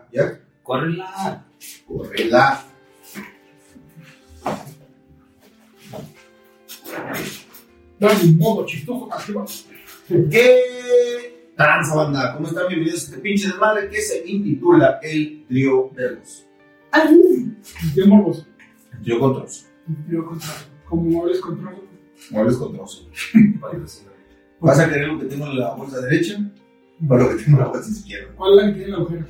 ¿Ya? Córrela. Córrela. Dale un modo chistoso activa. ¿Qué tranza, banda? ¿Cómo están? Bienvenidos a este pinche desmadre que se intitula El Trío de los. ¿Qué morbos? El Trío con trozo. Yo contra. Como muebles contra. Muebles con trozo. ¿Vas a querer lo que tengo en la bolsa derecha o lo que tengo en la bolsa izquierda? ¿Cuál es la que tiene el agujero?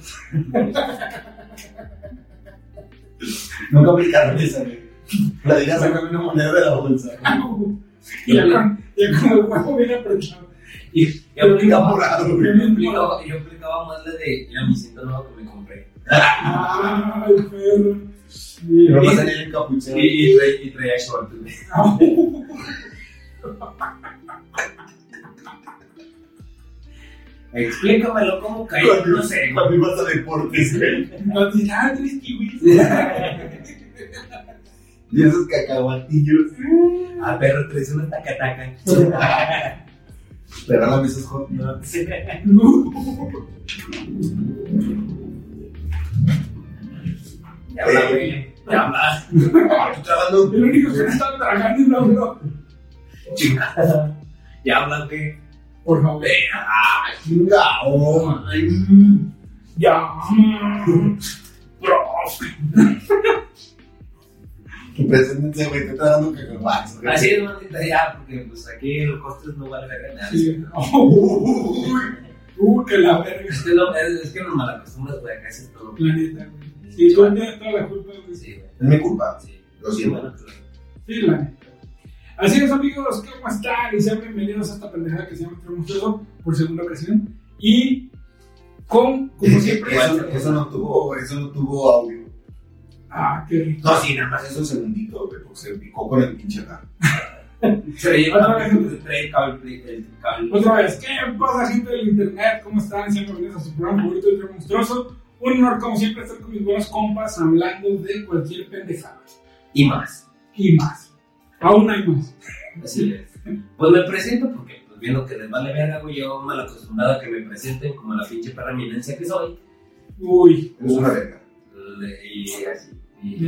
Nunca aplicaron esa, güey. La dirás, sácame una moneda de la bolsa. Y ya con el huevo bien apretado. Y yo aplicaba más la de ir a mi cinto nuevo que me compré. Ay, perro. Y no pasaría el encapuchado. Y traía short. Explícamelo cómo caí, no sé. Cuando ibas a deportes, güey. No dirás, ah, 3 kiwis. Y esos cacahuatillos. Ah, perro, traes una taca-taca. Regálame esos hot nuts. Ya habla, güey. Ya habla. ¿Tú tragando? El único que no está tragando es una bro. Chingada. Ya habla, güey. Por favor. ¡Ah, chingao! Ya. Bro. Preséntense, güey, te está dando cacahuates. Así es, manita, ya, porque pues aquí los costes no vale verga nada. Sí. Que la verga. Es que nos malacostumbras, güey, acá es todo. Planeta, güey. Sí, tú tienes toda la culpa, güey. Sí, güey. Es mi culpa. Sí. Lo siento. Bueno, pues, Sí, la neta. Así es, amigos, ¿cómo están? Y sean bienvenidos a esta pendejada que se llama Trío Monstruoso por segunda ocasión. Y como siempre. Eso no tuvo audio. Ah, qué rico. No, sí, nada más esos segunditos, güey, porque se picó con el pinche acá. trae el cable. Otra vez, ¿qué pasa, gente del internet? ¿Cómo están? Sean bienvenidos a su programa favorito, El Trío Monstruoso. Un honor, como siempre, estar con mis buenos compas hablando de cualquier pendejada. Y más. Y más. Aún hay más. Así es. Pues me presento porque, pues viendo que les vale verga, güey, yo mal acostumbrado a que me presenten como la pinche perra eminencia que soy. Uy. Es una verga. Y así. Y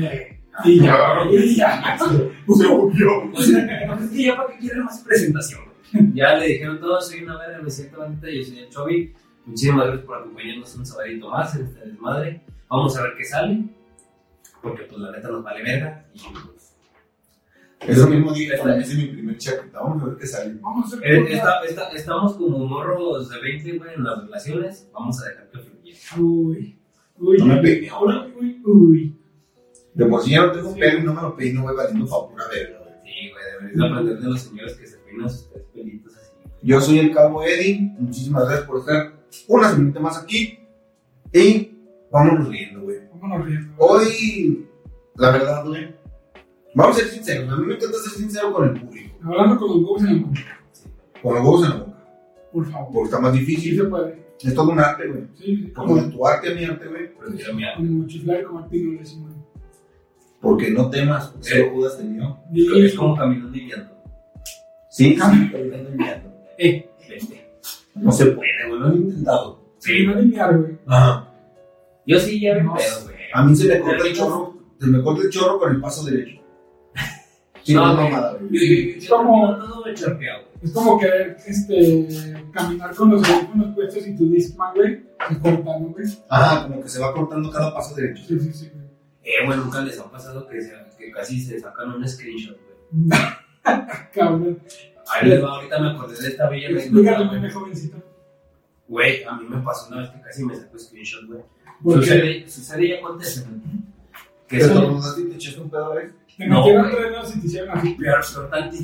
ya. Se obvió. O sea, es que ya para qué quieren más presentación, güey. Ya le dijeron todo, soy una verga, me siento bonita, yo soy el Chovy. Muchísimas gracias por acompañarnos un sabadito más en este desmadre. Vamos a ver qué sale. Porque pues la neta nos vale verga. Y pues, Eso mismo dije cuando hice mi primer chaqueta. Vamos a ver qué sale. Vamos a hacer estamos como morros de 20, güey, en las relaciones. Vamos a dejar que fluya. Uy. No me pegué ahora. Uy. De por sí ya no tengo pelo y no me lo peino, güey, valiendo pa' pura verga, güey. Sí, güey, deberías aprender de los señores que se peinan sus 3 pelitos así. Yo soy el Cabo Eddie. Muchísimas gracias por estar una semanita más aquí. Y vámonos riendo, güey. Vámonos riendo. Hoy, la verdad, güey, vamos a ser sinceros. A mí me encanta ser sincero con el público. Hablando con los huevos en la boca. Con los huevos en la boca. Por favor. Porque está más Sí difícil. se puede. Es todo un arte, güey. Sí. Como de tu arte a mi arte, güey. Prefiero mi arte. Como chiflar y comer pino, le decimos. Porque no temas, porque solo Judas tenió. Es como caminando y viendo. Sí, caminando y viendo. Vente. No se puede, güey, lo han intentado. Sí, no linear, güey. Ajá. Yo sí ya me No. pedo, güey. A mí se me corta el chorro. Se me corta el chorro con el paso derecho. Sí, no es mamada, güey. Yo como todo me chorpeado. Es como querer caminar con los audífonos puestos y tu Discman, güey, se corta, ¿no, güey? Ajá, como que se va cortando cada paso derecho. Sí, güey. Güey, nunca les ha pasado que casi se sacan un screenshot, güey. Cabrón. Ahí les va, ahorita me acordé de esta bella Explícale, meme jovencito. Güey, a mí me pasó una vez que casi me sacó screenshot, güey. ¿Por qué? Sucede y acontece, güey. Que ¿Te eso estornudaste y te echaste un pedo, güey? Te No, metieron güey. 3 dedos y te hicieron así. peor tantito.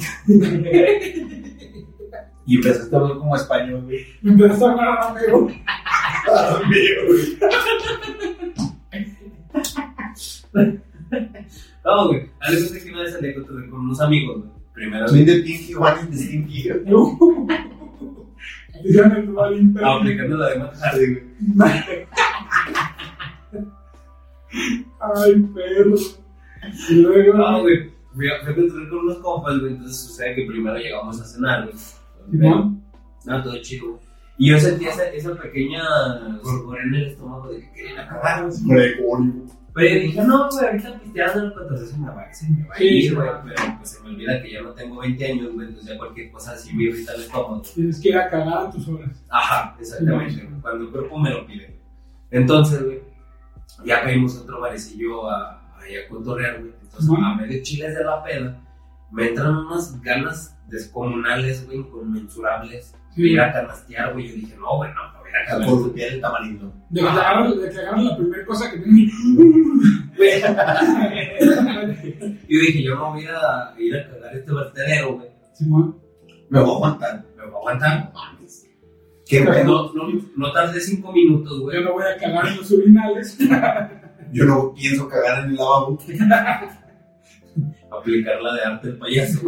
Y empezaste a hablar como español, güey. Me empezaste a hablar a un amigo. No, güey. A veces que una vez salí con unos amigos, güey. Primero, Soy de Pinky, Juan es de Stinky. Te hicieron el dual imper. aplicando la de más tarde, güey. Ay, perro. Y luego. No, güey. Fui a encontrar con unos compas, güey. Entonces sucede que primero llegamos a cenar, güey. ¿No? No, todo chido. Y yo sentía esa pequeña gorgora en el estómago de que quería ir a cagar. Gregorio. Pero yo dije, no, güey, ahorita pisteando en el cotorreo se me va a ir, güey. Pero pues se me olvida que ya no tengo 20 años, güey. Entonces ya cualquier cosa así me irrita el estómago. Tienes que ir a cagar a tus horas. Ajá, exactamente. Sí. Cuando el cuerpo me lo pide. Entonces, güey, ya caímos a otro barecillo a cotorrear, güey. Entonces, a medio chiles de la peda, me entran unas ganas descomunales, güey, inconmensurables. De ir a canastear, güey. Yo dije, no, güey, no, voy a cagar. Por tu piel el tamarindo. De que agarran la primera cosa que tengo. Yo dije, yo no voy a ir a cagar este vertedero, güey. Simón. Me voy a aguantar. ¿Qué, güey? No tardé 5 minutos, güey. Yo no voy a cagar en los urinales. Yo no pienso cagar en el lavabo. Aplicar la de arte del payaso.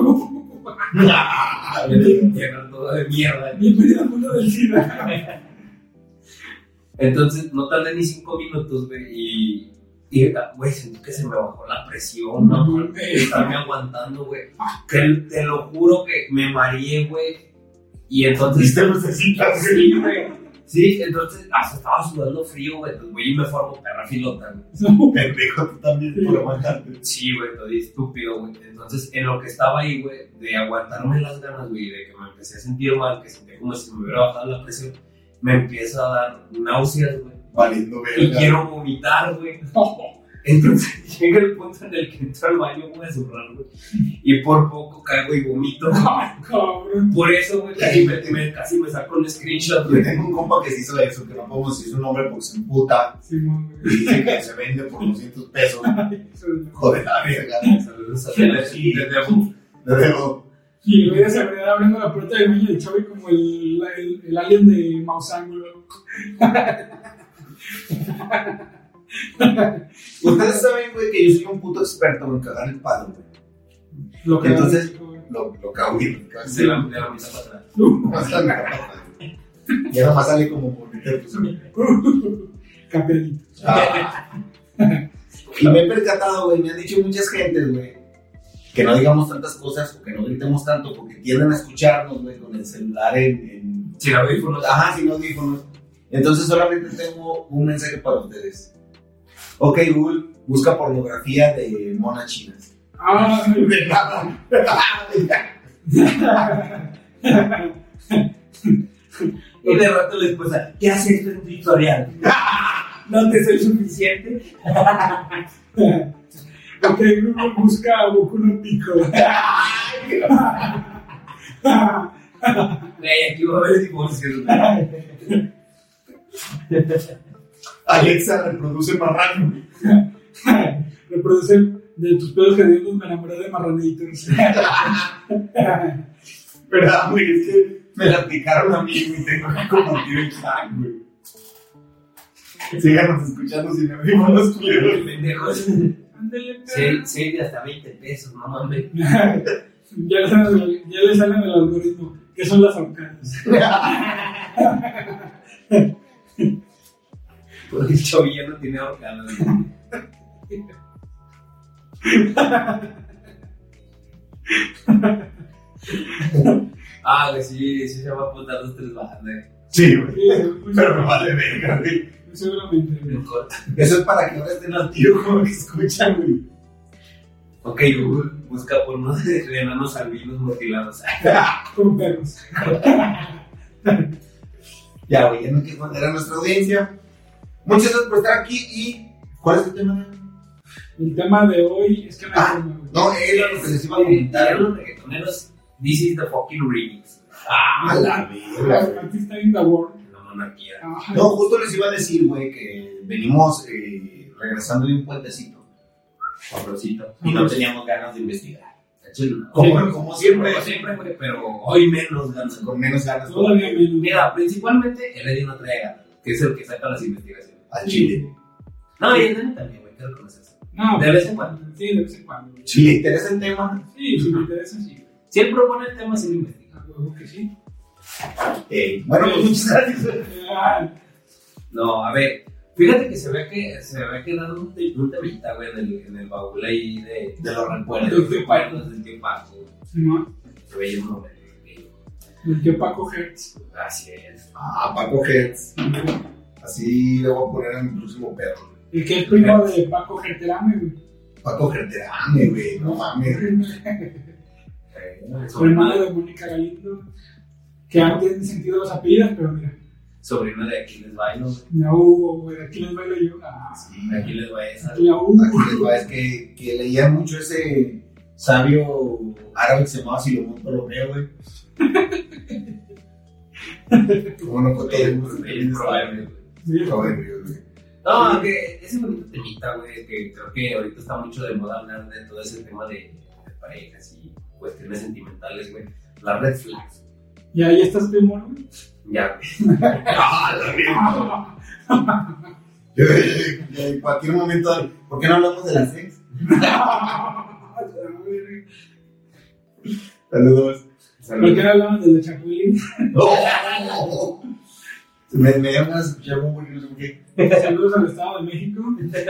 Llenar todo de mierda. Bienvenido al mundo del SIDA. Entonces, no tardé ni 5 minutos, güey. Y, güey, sentí que se me bajó la presión, ¿no? De estarme aguantando, güey. Te lo juro que me mareé, güey. Y entonces. ¿Viste lucecitas? Sí, güey. Sí, entonces hasta estaba sudando frío, güey. Entonces, güey, y me formo perra filota, güey. Pendejo, tú también por aguantarte. Sí, güey, todo estúpido, güey. Entonces, en lo que estaba ahí, güey, de aguantarme las ganas, güey, de que me empecé a sentir mal, que sentía como si me hubiera bajado la presión, me empieza a dar náuseas, güey. Valiendo verga. Y quiero vomitar, güey. Entonces llega el punto en el que entro al baño, güey, a zurrar, güey. Y por poco caigo y vomito. Por eso, güey, casi me saco un screenshot, Yo güey. tengo un compa que se hizo eso, que no podemos decir su nombre porque se emputa. Y dice que se vende por 200 pesos. Joder, la verga. Saludos a Teles y de Debo. De debo. Y luego se venía abriendo la puerta del baño del Chovy como el alien de Mausangulo. Ustedes saben, güey, que yo soy un puto experto en cagar el palo, güey. Entonces, lo cago bien. De la mitad para atrás. Ya nomás sale como por meter. Campeonito. Y me he percatado, güey, me han dicho muchas gentes, güey, que no digamos tantas cosas o que no gritemos tanto porque tienden a escucharnos, güey, con el celular sin audífonos. Ajá, sin audífonos. Entonces solamente tengo un mensaje para ustedes. Ok, Google, busca pornografía de monas chinas. De nada. Y de rato la esposa, ¿qué hace esto en tu tutorial? ¿No te soy suficiente? Ok, Google, busca a Boku no Pico. Aquí va a haber divorcios. Alexa, reproduce marrano. Reproduce de tus pedos hediondos, me enamoré de Marranators. ¿Verdad, güey? Es que me la aplicaron a mí y tengo que compartir el chat, güey. Síganos escuchando sin audífonos, culeros. Pendejos. Ándale, Sí, de hasta 20 pesos, no mames. ya le salen el algoritmo. ¿Qué son las ahorcadas? Porque el Chovy no tiene ahorcadas. Güey, sí se va a apuntar 2-3 bandas. Sí, güey. Pero me vale verga, güey. Seguramente. Mejor. Eso es para que ahora estén al tiro como que escuchan, güey. Ok, Google, busca porno de enanos albinos mutilados. Con perros. Ya, güey, ya no quiero mandar a nuestra audiencia. Muchas gracias por estar aquí y... ¿Cuál es el tema? El tema de hoy es que me no, era lo que les iba a comentar. Los reggaetoneros, this is the fucking remix. La verga. Artista in the world. La monarquía. No, justo les iba a decir, güey, que venimos regresando de un puentecito. Sabrosito. Y no teníamos ganas de investigar. Como siempre, güey, pero hoy menos ganas. Con menos ganas. Todavía menos. Mira, principalmente el Eddie no trae ganas, que es el que saca las investigaciones. Al chile. No, y el Dani también, güey, quiero conocer eso. No, de vez en cuando. Sí, de vez en cuando. Si le interesa el tema. Sí, si me interesa, sí. Si él propone el tema, sí lo investiga. A huevo que sí. Bueno, pues muchas gracias. No, a ver, fíjate que se ve quedando un temita, güey, en el baúl ahí de los recuerdos. Los recuerdos del tiempo. ¿No? Se veía un momento. El tío Paco Hertz. Así es. Paco Hertz. Así le voy a poner a mi próximo perro. El que es primo de Paco Herterame, güey. Paco Herterame, güey. No mames. Hermano de Mónica Galindo. Que no tienen sentido los apellidos, pero mira. Sobrino de Aquiles Bailo. La U, güey. Aquí les bailo yo. Sí, Aquiles va esa. La U. Aquiles va, es que leía mucho ese sabio árabe que se llamaba Salomón Ptolomeo, güey. Como no fue todo el problema, güey. No, que ese bonito temita, güey, que creo que ahorita está mucho de moda hablar de todo ese tema de parejas y cuestiones sentimentales, güey. Las red flags. ¿Y ahí estás de humor, güey? Ya, güey. En cualquier momento, ¿por qué no hablamos de las ex? Saludos. ¿Por qué no hablamos de los chapulines? Me llaman a escuchar un poquito, no sé por qué. Saludos al Estado de México.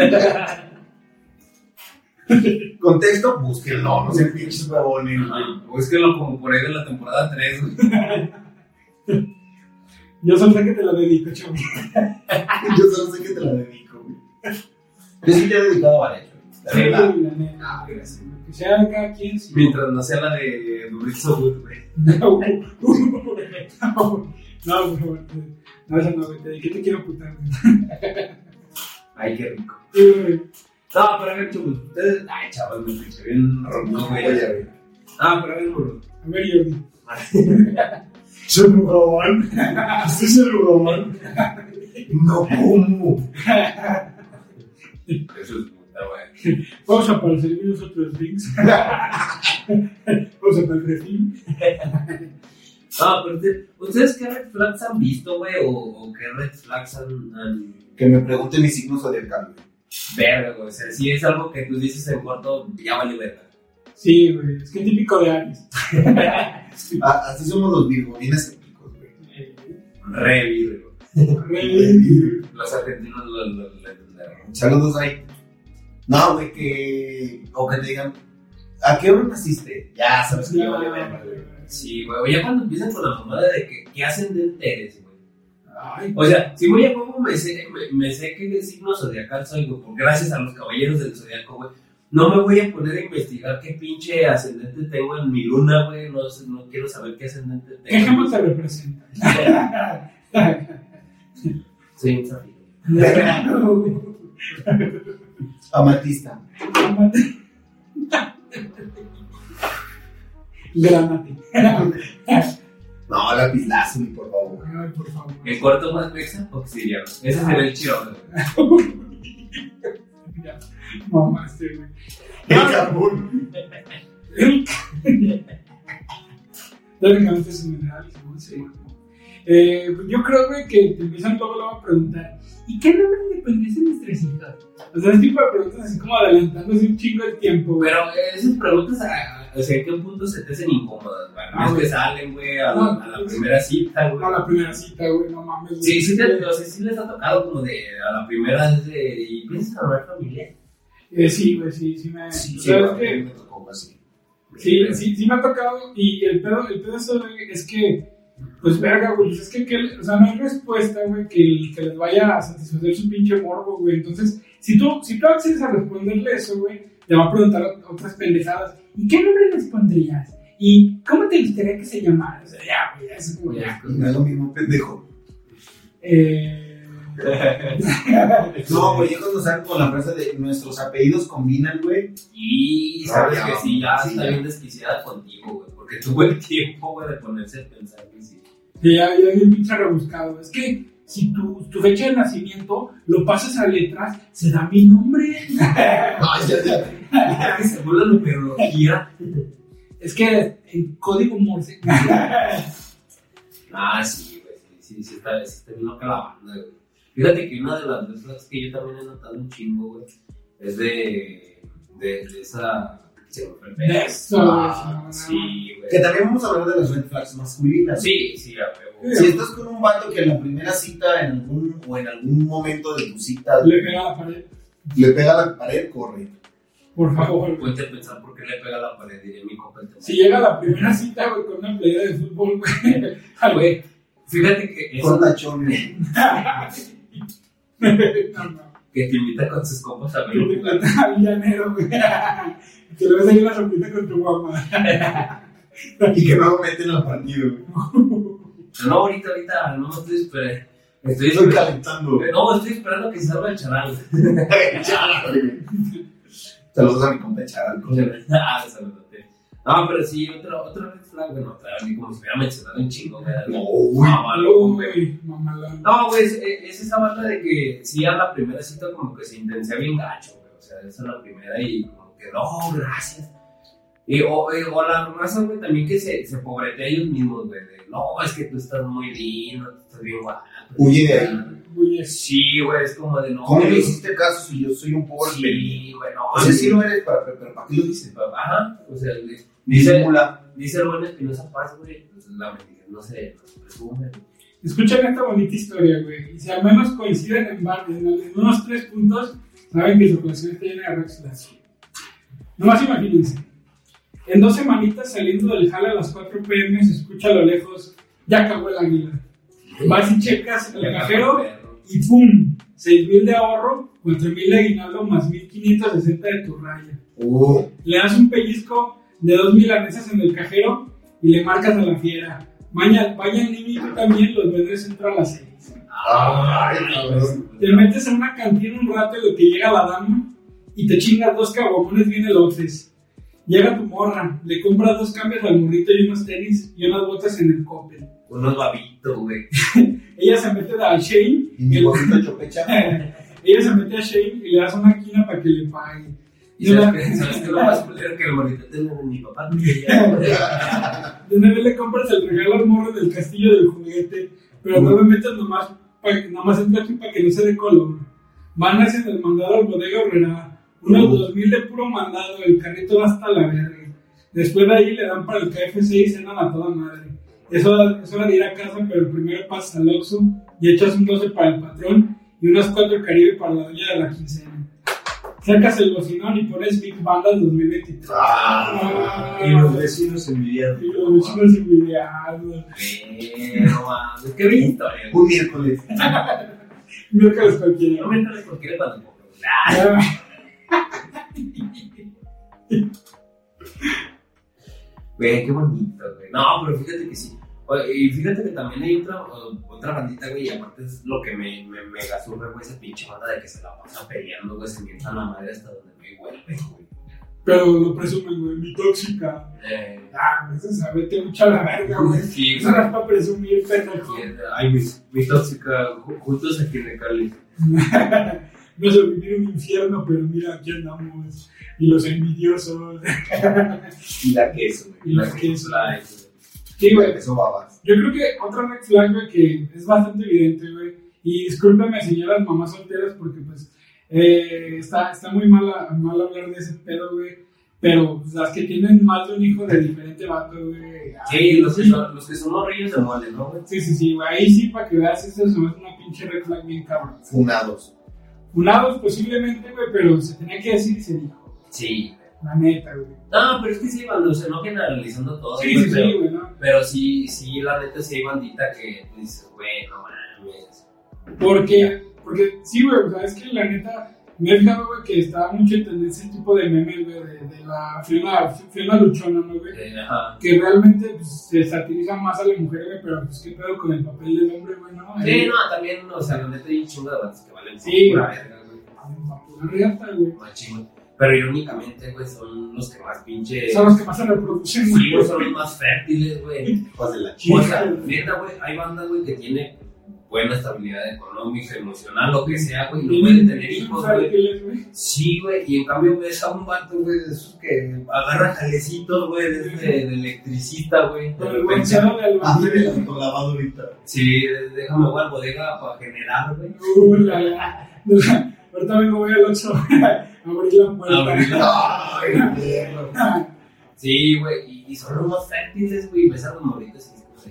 Contexto, búsquenlo, no sean pinches huevones. Búsquenlo como por ahí de la temporada 3, güey. Yo solo sé que te lo dedico, chavo. Yo solo sé que te la dedico, güey. Yo sí te he dedicado a varias, güey. La neta. Gracias. Que sea de cada quien. Sí. Mientras no sea la de Durizo Wood, güey. No, esa no, güey. ¿De qué te quiero putar, güey? Ay, qué rico. Sí, güey. No, pero a ver, chavos, ustedes. Ay, chavos, me escuché bien ronco, güey. Pero A Ah, pero a ver, ver, Jordi. soy un robón. Soy un robón. No como. Eso es puta, güey. Vamos a para servir los otros links. Vamos a para el refil. No, pero ¿ustedes qué red flags han visto, güey? ¿O qué red flags han... Que me pregunte mi signo zodiacal, güey. Verga, güey. O sea, si es algo que tú dices en corto, ya vale verga. Sí, güey. Es que es típico de Aries. Así somos los Virgo, bien escépticos, güey. Re virgo. Re. Los argentinos lo entenderán. Saludos ahí. No, güey, que. O que te digan, ¿a qué hora naciste? Ya sabes que ya vale verga, güey. Sí, güey. O ya cuando empiezan con la mamada de que ¿qué ascendente eres, güey? Ay, O sea, si voy a juego me sé qué signo zodiacal soy, güey. Porque gracias a los caballeros del zodiaco, güey. No me voy a poner a investigar qué pinche ascendente tengo en mi luna, güey. No quiero saber qué ascendente tengo. ¿qué género te representa? Soy un zafiro. Amatista. Granate. No, lapislázuli, por favor. Ay, por favor. ¿El cuarto más mexa? Obsidiano. Ese sería el chirote, güey. Ya, mamaste, güey. El carbón. Técnicamente es un mineral, sí. Yo creo, güey, que te empiezan luego a preguntar, ¿y qué nombre le pondrías a nuestras hijas? O sea, ese tipo de preguntas así como adelantándose un chingo de tiempo, güey. Pero esas preguntas, o sea, ¿en qué punto se te hacen incómodas, güey? No es que salen, güey, a la primera cita, güey. No, a la primera cita, güey, no mames. Güey. Sí, sí les ha tocado como de, a la primera es de, ¿y piensas armar familia? Sí, güey, sí me... Sí, me tocó así. Sí me ha tocado, y el pedo eso, güey, es que, pues, verga, güey, es que o sea, no hay respuesta, güey, que les vaya a satisfacer su pinche morbo, güey. Entonces, si tú accedes a responderle eso, güey, te va a preguntar otras pendejadas. ¿Y qué nombre les pondrías? ¿Y cómo te gustaría que se llamara? O sea, ya, güey, eso es como ya. No es lo mismo, pendejo. No, güey, yo cuando salgo con la frase de nuestros apellidos combinan, güey. Y sabes que sí, ya sí, está ya. bien desquiciada contigo, güey, porque tuvo el tiempo, güey, de ponerse a pensar que sí. Ya bien pinche rebuscado. Es que si tu fecha de nacimiento lo pasas a letras, se da mi nombre. Ay, ya. Que se burla la numerología. Es que en código Morse. Ah, sí, güey, sí, está bien loca la banda, güey. Fíjate que una de las cosas que yo también he notado un chingo, güey, es de esa... De eso, sí, güey. Que también vamos a hablar de las red flags masculinas. Sí, a huevo. Si estás con un vato que en la primera cita, en algún momento de tu cita, le pega a la pared. le pega a la pared, corre. Por favor. Ponte a pensar por qué le pega a la pared, diría mi compa. Si llega a la primera cita, güey, con una playera de fútbol, güey. Güey, fíjate que eso... Con tachones. No. Que te invita con sus compas a ver Que te planta al llanero, güey. Que le ves ahí una sopita con tu mamá. Y que no lo meten al partido, güey. No, ahorita, no estoy esperando. Estoy calentando. No, estoy esperando que se salga el charal. Saludos a mi compa Charal. Saludos. No, pero sí, otro red flag, bueno, otra vez, como si me hubiera mencionado un chingo, güey. No, güey. Mamalón, güey. Mamalón. No, güey, es esa banda de que sí a la primera cita como que se intensea bien gacho, güey. O sea, esa es la primera y como que no, gracias. O la raza, güey, también que se pobretea ellos mismos, güey. No, es que tú estás muy lindo, tú estás bien guapo. Huye de ahí. Sí, güey, es como de no. ¿Cómo me hiciste caso si yo soy un pobre Sí, güey, no. O sea, sí lo eres, pero ¿para qué lo dices? Ajá, o sea, dice el buen Espinosa Paz, güey, pues la mentira no se presume. Escuchen esta bonita historia, güey. Y si al menos coinciden en unos 3 puntos, saben que su relación está llena de red flags. Nomás imagínense. En 2 semanitas saliendo del jale a las 4 p.m. se escucha a lo lejos, ya acabó el águila. Vas y checas el cajero y ¡pum! 6,000 de ahorro, 4,000 de aguinaldo más 1,560 de tu raya. Le das un pellizco de 2 milanesas en el cajero y le marcas a la fiera. Vaya niño y tú también, los vendedores entran a las 6. Te metes en una cantina un rato en lo que llega la dama y te chingas 2 caguamones bien elotes. Llega tu morra, le compras 2 cambios al morrito y unos tenis y unas botas en el Coppel. Unos babitos, güey. Ella se mete a Shane. Y mi bonito chopecha. Ella se mete a Shane y le das una quina para que le pague. ¿Y sabes qué? Lo más culero que el morrito tiene de mi papá. De una vez le compras el regalo al morro del castillo del juguete, pero no me metas nomás entra aquí para que no se dé color. Van a hacer el mandado al bodega obrera. Unos 2,000 de puro mandado, el carrito va hasta la verga. Después de ahí le dan para el KFC y cenan a toda madre. Es hora de ir a casa, pero primero pasas al Oxxo y echas un 12 para el patrón y unas 4 Caribe para la doña de la quincena. Sacas el bocinón y pones Big Bandas 2023. Y los vecinos envidiados. No mames, qué bella historia. Un miércoles. Miércoles cualquiera. No miércoles cualquiera cuando Güey, qué bonito, güey. No, pero fíjate que sí. Y fíjate que también hay otra bandita, güey, y aparte es lo que me gasurra, güey, esa pinche banda de que se la pasa peleando, güey, se mientan la madre hasta donde no hay vuelve, güey. Pero lo presumen, güey, mi tóxica. Eso se vete mucho a la verga, güey. Sí, eso no es para presumir, pendejo. Ay, mi tóxica, juntos aquí en el Cali. No sé vivir un infierno, pero mira, aquí andamos. Y los envidiosos. Y la queso, güey. Y la queso. Sí, güey, eso babas. Yo creo que otra red flag, güey, que es bastante evidente, güey. Y discúlpeme, señoras mamás solteras, porque pues está muy mal hablar de ese pedo, güey. Pero pues, las que tienen más de un hijo de diferente vato, güey. Sí, los que son morrillos de mole, ¿no, güey? Sí, güey. Ahí sí, para que veas, eso es una pinche red flag bien cabrón. Funados posiblemente, güey, pero se tenía que decir y se dijo. Sí. La neta, güey. No, pero es que sí, cuando se no generalizando todo. Sí, güey, ¿no? Pero sí, la neta sí hay bandita que tú dices, güey, no mames. Porque sí, güey, o sea, es que la neta, me he fijado, güey, que estaba mucho en tendencia ese tipo de memes, güey, de la Fiona luchona, ¿no, güey? Que realmente pues, se satiriza más a la mujer, güey, pero pues qué pedo con el papel del hombre, güey, ¿no? Sí, no, también, o sea, la neta hay un chingo de bandas que valen pura verga, güey. Una riata, güey. Más chingo. Pero irónicamente, güey, son los que más pinche... Son los que más se reproducen, güey. Sí, son los más fértiles, güey. Pues de la chica. O sea, neta, güey, hay bandas, güey, que tienen buena estabilidad económica, emocional, lo que sea, güey, no pueden tener hijos, güey. Sí, güey, y en cambio ves a un vato, güey, de esos que agarra jalecitos, güey, de electricista, güey. Con el buen chavo de albañil. De lavado ahorita. Sí, déjame jugar al bodega para generar, güey. Ahorita voy al 8 a abrir la puerta. Sí, güey, y son los más fértiles, güey, ves a los moritos y es como de...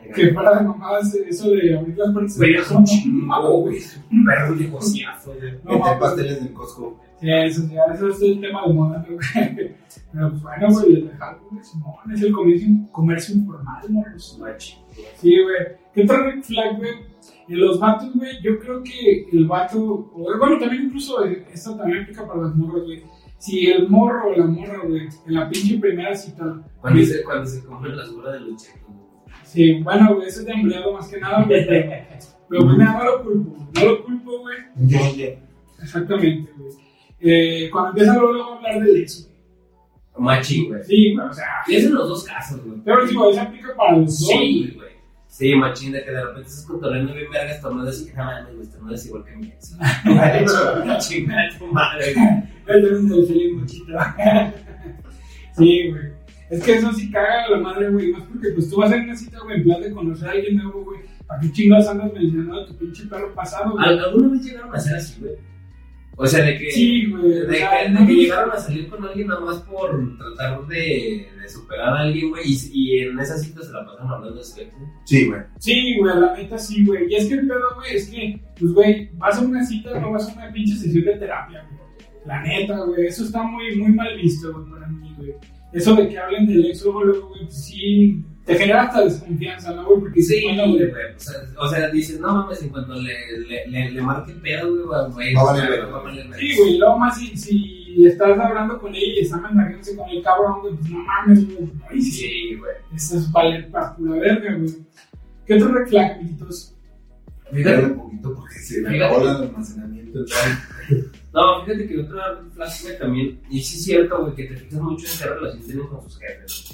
Que fuera de mamadas eso de abrir las puertas. Güey, es un chingo, güey. Un perro negociazo, güey. Vender pasteles del Costco. Sí, eso es el tema de moda, güey. Pero pues bueno, güey, el dejar, güey, es el comercio informal, ¿no? Sí, güey. ¿Qué otra red flag, güey? En los vatos, güey, yo creo que el vato, bueno, también incluso esto también aplica para las morras, güey. Si el morro o la morra, güey, en la pinche primera cita. Cuando se comen las horas de los chetos. Sí, bueno, güey, eso es de empleado más que nada, güey. Pero pues nada, no lo culpo, güey. Exactamente, güey. Cuando empiezan luego a hablar del ex, güey. Machín, güey. Sí, güey, o sea. Y es en los dos casos, güey. Pero sí, güey, eso aplica para los dos. Sí, güey. Sí, machín, de que de repente estás controlando bien vergas, tornadas y que nada más, güey, tornadas igual que mi ex. Chingada tu madre, güey. Él también se le sale muchito. Sí, güey. Es que eso sí caga a la madre, güey. Más porque pues tú vas a ir a una cita, güey, en plan de conocer a alguien nuevo, güey. ¿Para qué chingados andas mencionando a tu pinche perro pasado, güey? ¿Alguna vez llegaron a ser así, güey? O sea, de que. Sí, güey. De que llegaron a salir con alguien nada más por tratar de superar a alguien, güey. Y en esa cita se la pasan hablando de sexo. Sí, güey. Sí, güey, la neta sí, güey. Y es que el pedo, güey, es que, pues, güey, vas a una cita, no vas a una pinche sesión de terapia, güey. La neta, güey, eso está muy, muy mal visto, güey, para mí, güey. Eso de que hablen del ex luego, güey, pues sí, te genera hasta desconfianza, ¿no, güey? Porque sí, bueno, güey. O sea, dices, no mames, en cuanto le marque pedo, güey, va a valer. Sí, güey, luego más si estás hablando con ella y está mensajeándose con el cabrón, güey, pues no mames, güey. Ay, sí, güey. Eso es valer para pura verga, güey. ¿Qué otro red flag, amiguitos? Fíjate un poquito porque se me acabó el almacenamiento y tal. No, fíjate que otra flash, güey, también, y sí es cierto, güey, que te fijas mucho en qué relación tienen con sus jefes.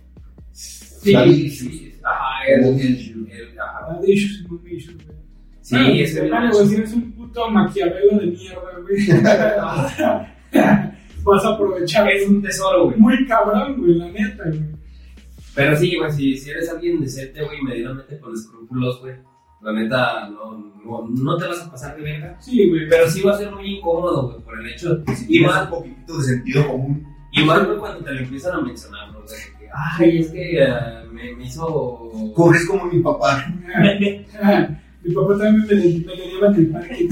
Sí. Ajá, Daddy issues y mommy issues, güey. Sí, bueno, ese güey, si eres un puto maquiavelo de mierda, güey. Vas a aprovechar. Es un tesoro, güey. Muy cabrón, güey, la neta, güey. Pero sí, güey, si eres alguien decente, güey, medianamente con escrúpulos, güey. La neta, no te vas a pasar de verga. Sí, güey. Pero sí va a ser muy incómodo, güey, por el hecho. Y más un poquito de sentido común. Y más, güey, cuando te lo empiezan a mencionar, ¿no? Güey, que, ay, es que me hizo. Cobres como mi papá. Mi papá también me le lleva en el parque.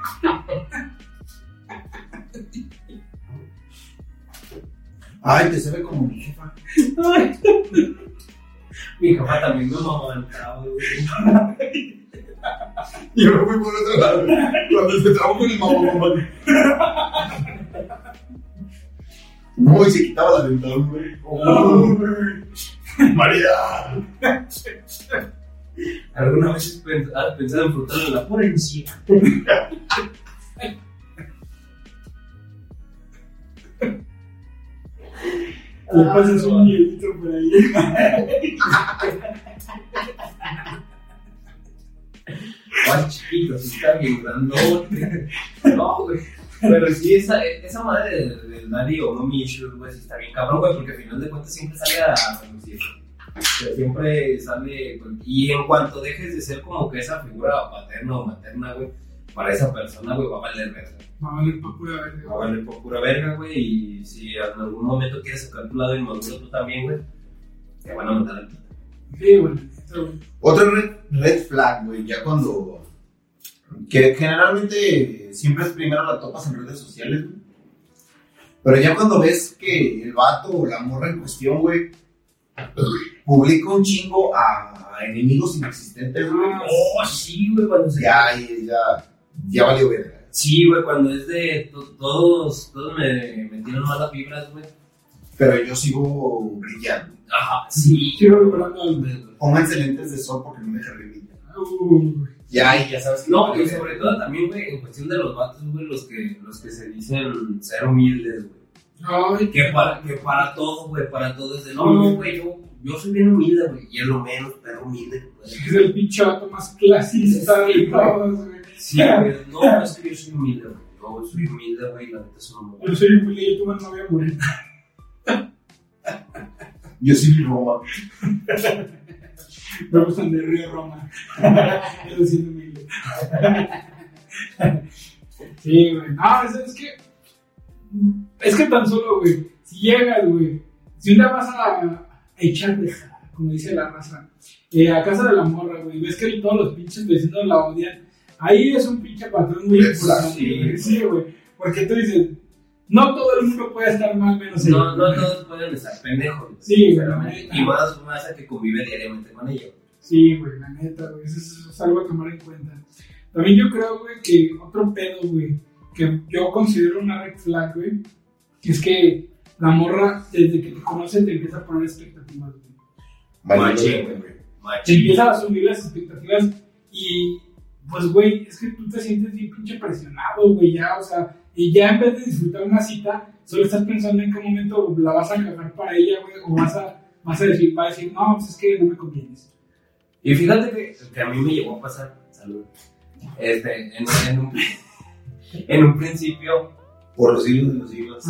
Ay, te se ve como mi jefa. Mi jefa también me mamantaba, güey. Yo me fui por otro lado. Cuando se trabó con el mamá. No, y se quitaba la dentadura, güey. Oh, güey. María. ¿Alguna vez has pensado en frotarle la pura encima? Le pasas un hielito por ahí. Más chiquito, si está bien grandote. No, güey. Pero sí, esa madre del daddy o mommy issues, güey, sí está bien cabrón, güey, porque al final de cuentas siempre sale a relucir. Siempre sale. Y en cuanto dejes de ser como que esa figura paterna o materna, güey, para esa persona, güey, va a valer verga. Va a valer por pura verga. Va a valer por pura verga, güey. Y si en algún momento quieres sacar tu lado inmaduro tú también, güey, te van a mandar al pito. Sí, güey. Otro red flag, güey, ya cuando. Que generalmente siempre es primero la topas en redes sociales, güey. Pero ya cuando ves que el vato o la morra en cuestión, güey, publica un chingo a enemigos inexistentes, güey. Oh, sí, güey, cuando se. Ya valió verga. Sí, güey, cuando es de. Todos me metieron malas vibras, güey. Pero yo sigo brillando. Ajá, sí. Sigo reparando al. Pónganse lentes de sol porque no me deja brillar. Ya sabes que. No, y sobre todo también, güey, en cuestión de los vatos, güey, los que se dicen ser humildes, güey. Ay, que para todo, güey, para todo es de no, güey, yo soy bien humilde, güey, y es lo menos, pero humilde, güey. Es el pinche vato más clasista de todos, güey. Sí, güey, no, es que yo soy humilde, güey. Yo soy humilde, güey, la neta es un. Yo soy humilde y yo tuve novia morena. Yo soy Roma. Me gustan de Río Roma. Yo soy humilde. Sí, güey. No, es que tan solo, güey, si llegas, güey, si un día vas a echar de jara, como dice la raza, a casa de la morra, güey, ves que todos los pinches vecinos la odian, ahí es un pinche patrón muy importante, güey. Sí, güey, porque tú dices, no todo el mundo puede estar mal, menos ella. No todos pueden estar pendejos. Sí, güey. Y más a que convive diariamente con ella, güey. Sí, güey, la neta, güey, eso es algo a tomar en cuenta. También yo creo, güey, que otro pedo, güey, que yo considero una red flag, güey, es que la morra, desde que te conoce, te empieza a poner expectativas, güey. Machín, güey. Te empieza a subir las expectativas y, pues, güey, es que tú te sientes bien pinche presionado, güey, ya, o sea, y ya en vez de disfrutar una cita, solo estás pensando en qué momento la vas a cagar para ella, güey, o va a decir, no, pues es que no me convienes. Y fíjate que a mí me llegó a pasar, salud, en un principio, por los siglos de los siglos.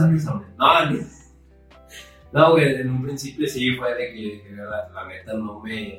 No, güey, en un principio sí fue de que la neta no me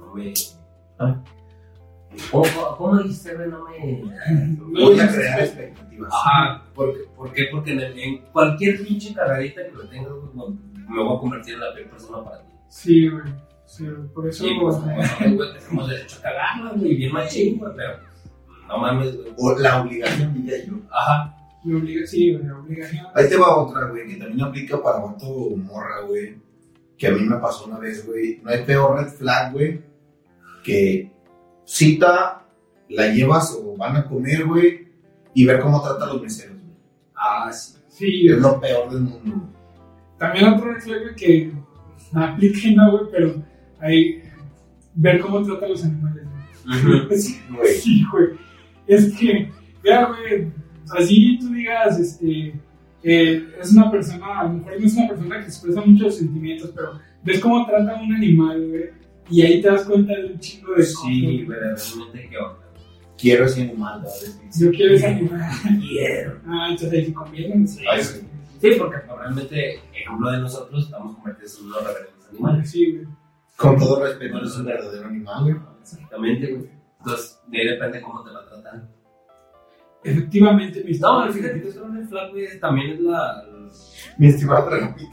¿Cómo dijiste, güey? No voy a crear expectativas. Ajá, ¿por qué? Porque en cualquier pinche cagadita que lo tengas, güey, me voy a convertir en la peor persona para ti. Sí, güey. Sí, por eso. Sí, pues, güey, tenemos derecho a cagarla, güey, bien machín, güey, pero no mames, güey. O la obligación, diría yo. Ajá. Sí, güey, la obligación. Ahí te va otra, güey, que también aplica para vato morra, güey. Que a mí me pasó una vez, güey. No hay peor red flag, güey, que cita, la llevas o van a comer, güey, y ver cómo trata a los meseros, güey. Ah, sí. Sí, es lo peor del mundo. También otro red flag, güey, que aplica y no, güey, pero hay ver cómo trata a los animales, güey. Sí, güey. Es que, ya, güey, así tú digas, es una persona, a lo mejor no es una persona que expresa muchos sentimientos, pero ves cómo trata a un animal, güey, y ahí te das cuenta de un chingo de cosas. Sí, güey, realmente qué onda. Quiero ese animal, ¿verdad? Yo quiero ese animal. Quiero. Entonces ahí se conviene. Sí, porque realmente, ejemplo de nosotros, estamos convertidos en unos reverentes animales. Sí, güey. Con todo respeto, es un verdadero animal, güey. Exactamente, güey. Entonces, de ahí depende cómo te va a tratar. Efectivamente, mi estimado. No, fíjate que eso no es flag, güey, también es la... Mi estimado Tragapito.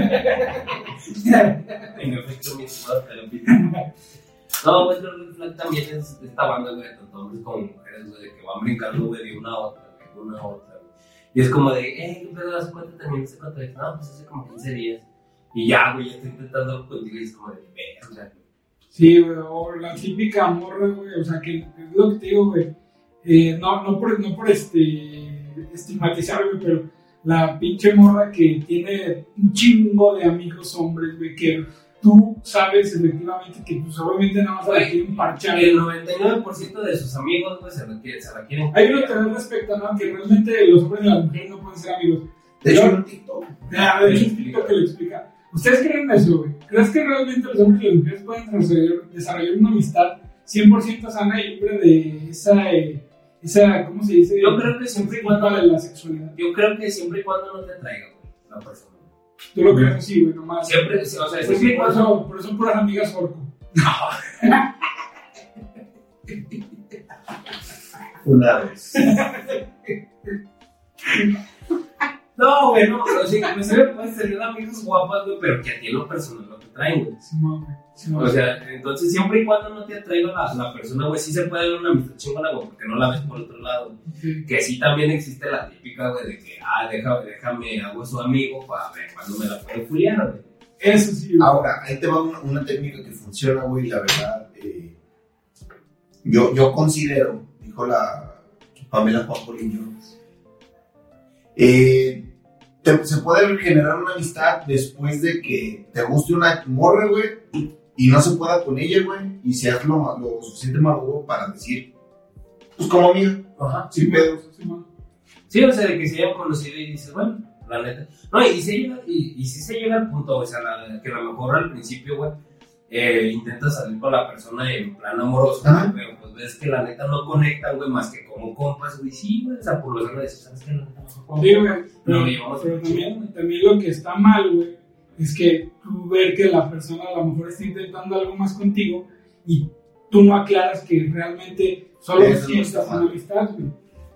En efecto, mi estimado Tragapito. No, güey, el flag también es esta banda, güey, tanto hombres como mujeres, güey, de que van brincando, güey, de una a otra, güey, una a otra, güey. Y es como de, ¿qué pedo? ¿Hace cuánto terminaste con tu ex? No, pues hace como 15 días. Y ya, güey, ya estoy intentando contigo y es como de, o sea. Sí, güey, o la típica morra, güey, o sea, que es lo que te digo, güey. No por estigmatizar, güey, pero la pinche morra que tiene un chingo de amigos hombres, güey, que tú sabes efectivamente que pues obviamente nada más la quieren parchar. El 99% de sus amigos, güey, se la quieren. Hay uno que da respecto, ¿no? Que realmente los hombres y las mujeres no pueden ser amigos. De hecho, un TikTok. De hecho, un TikTok que lo explica. ¿Ustedes creen eso, güey? ¿Crees que realmente los hombres y las mujeres pueden desarrollar una amistad 100% sana y libre de esa, ¿cómo se dice? Yo creo que siempre y cuando de la sexualidad. Yo creo que siempre y cuando no te atraiga, güey, la persona. Tú lo crees así, güey, nomás. Siempre, o sea, siempre y cuando... Por eso son puras amigas orco. Una vez. No, güey, no, o sea, no se puedes tener amigos guapas, güey, pero que a ti en lo personal no te traen, güey. O sea, entonces siempre y cuando no te atraiga la persona, güey, sí se puede dar una amistad chingona, güey, porque no la ves por otro lado. Sí. Que sí también existe la típica, güey, de que, déjame, hago su amigo para ver cuándo me la pueden fuliar, güey. Eso sí, güey. Ahora, ahí te va una técnica que funciona, güey, la verdad, yo considero, dijo la Pamela Juan Polillo, se puede generar una amistad después de que te guste una morra, güey, y no se pueda con ella, güey, y seas lo suficiente maduro para decir, pues como amiga, sin pedos. Sí, o sea, de que se hayan conocido y dices, bueno, la neta. No, y si se llega al punto, o sea, que a lo mejor al principio, güey, intentas salir con la persona en plan amoroso, pero pues ves que la neta no conectan, güey, más que como compas, güey, sí, güey, o sea, por lo menos decir, ¿sabes qué? Sí, güey, pero también lo que está mal, güey, es que tú ver que la persona a lo mejor está intentando algo más contigo y tú no aclaras que realmente solo sientas una amistad, güey.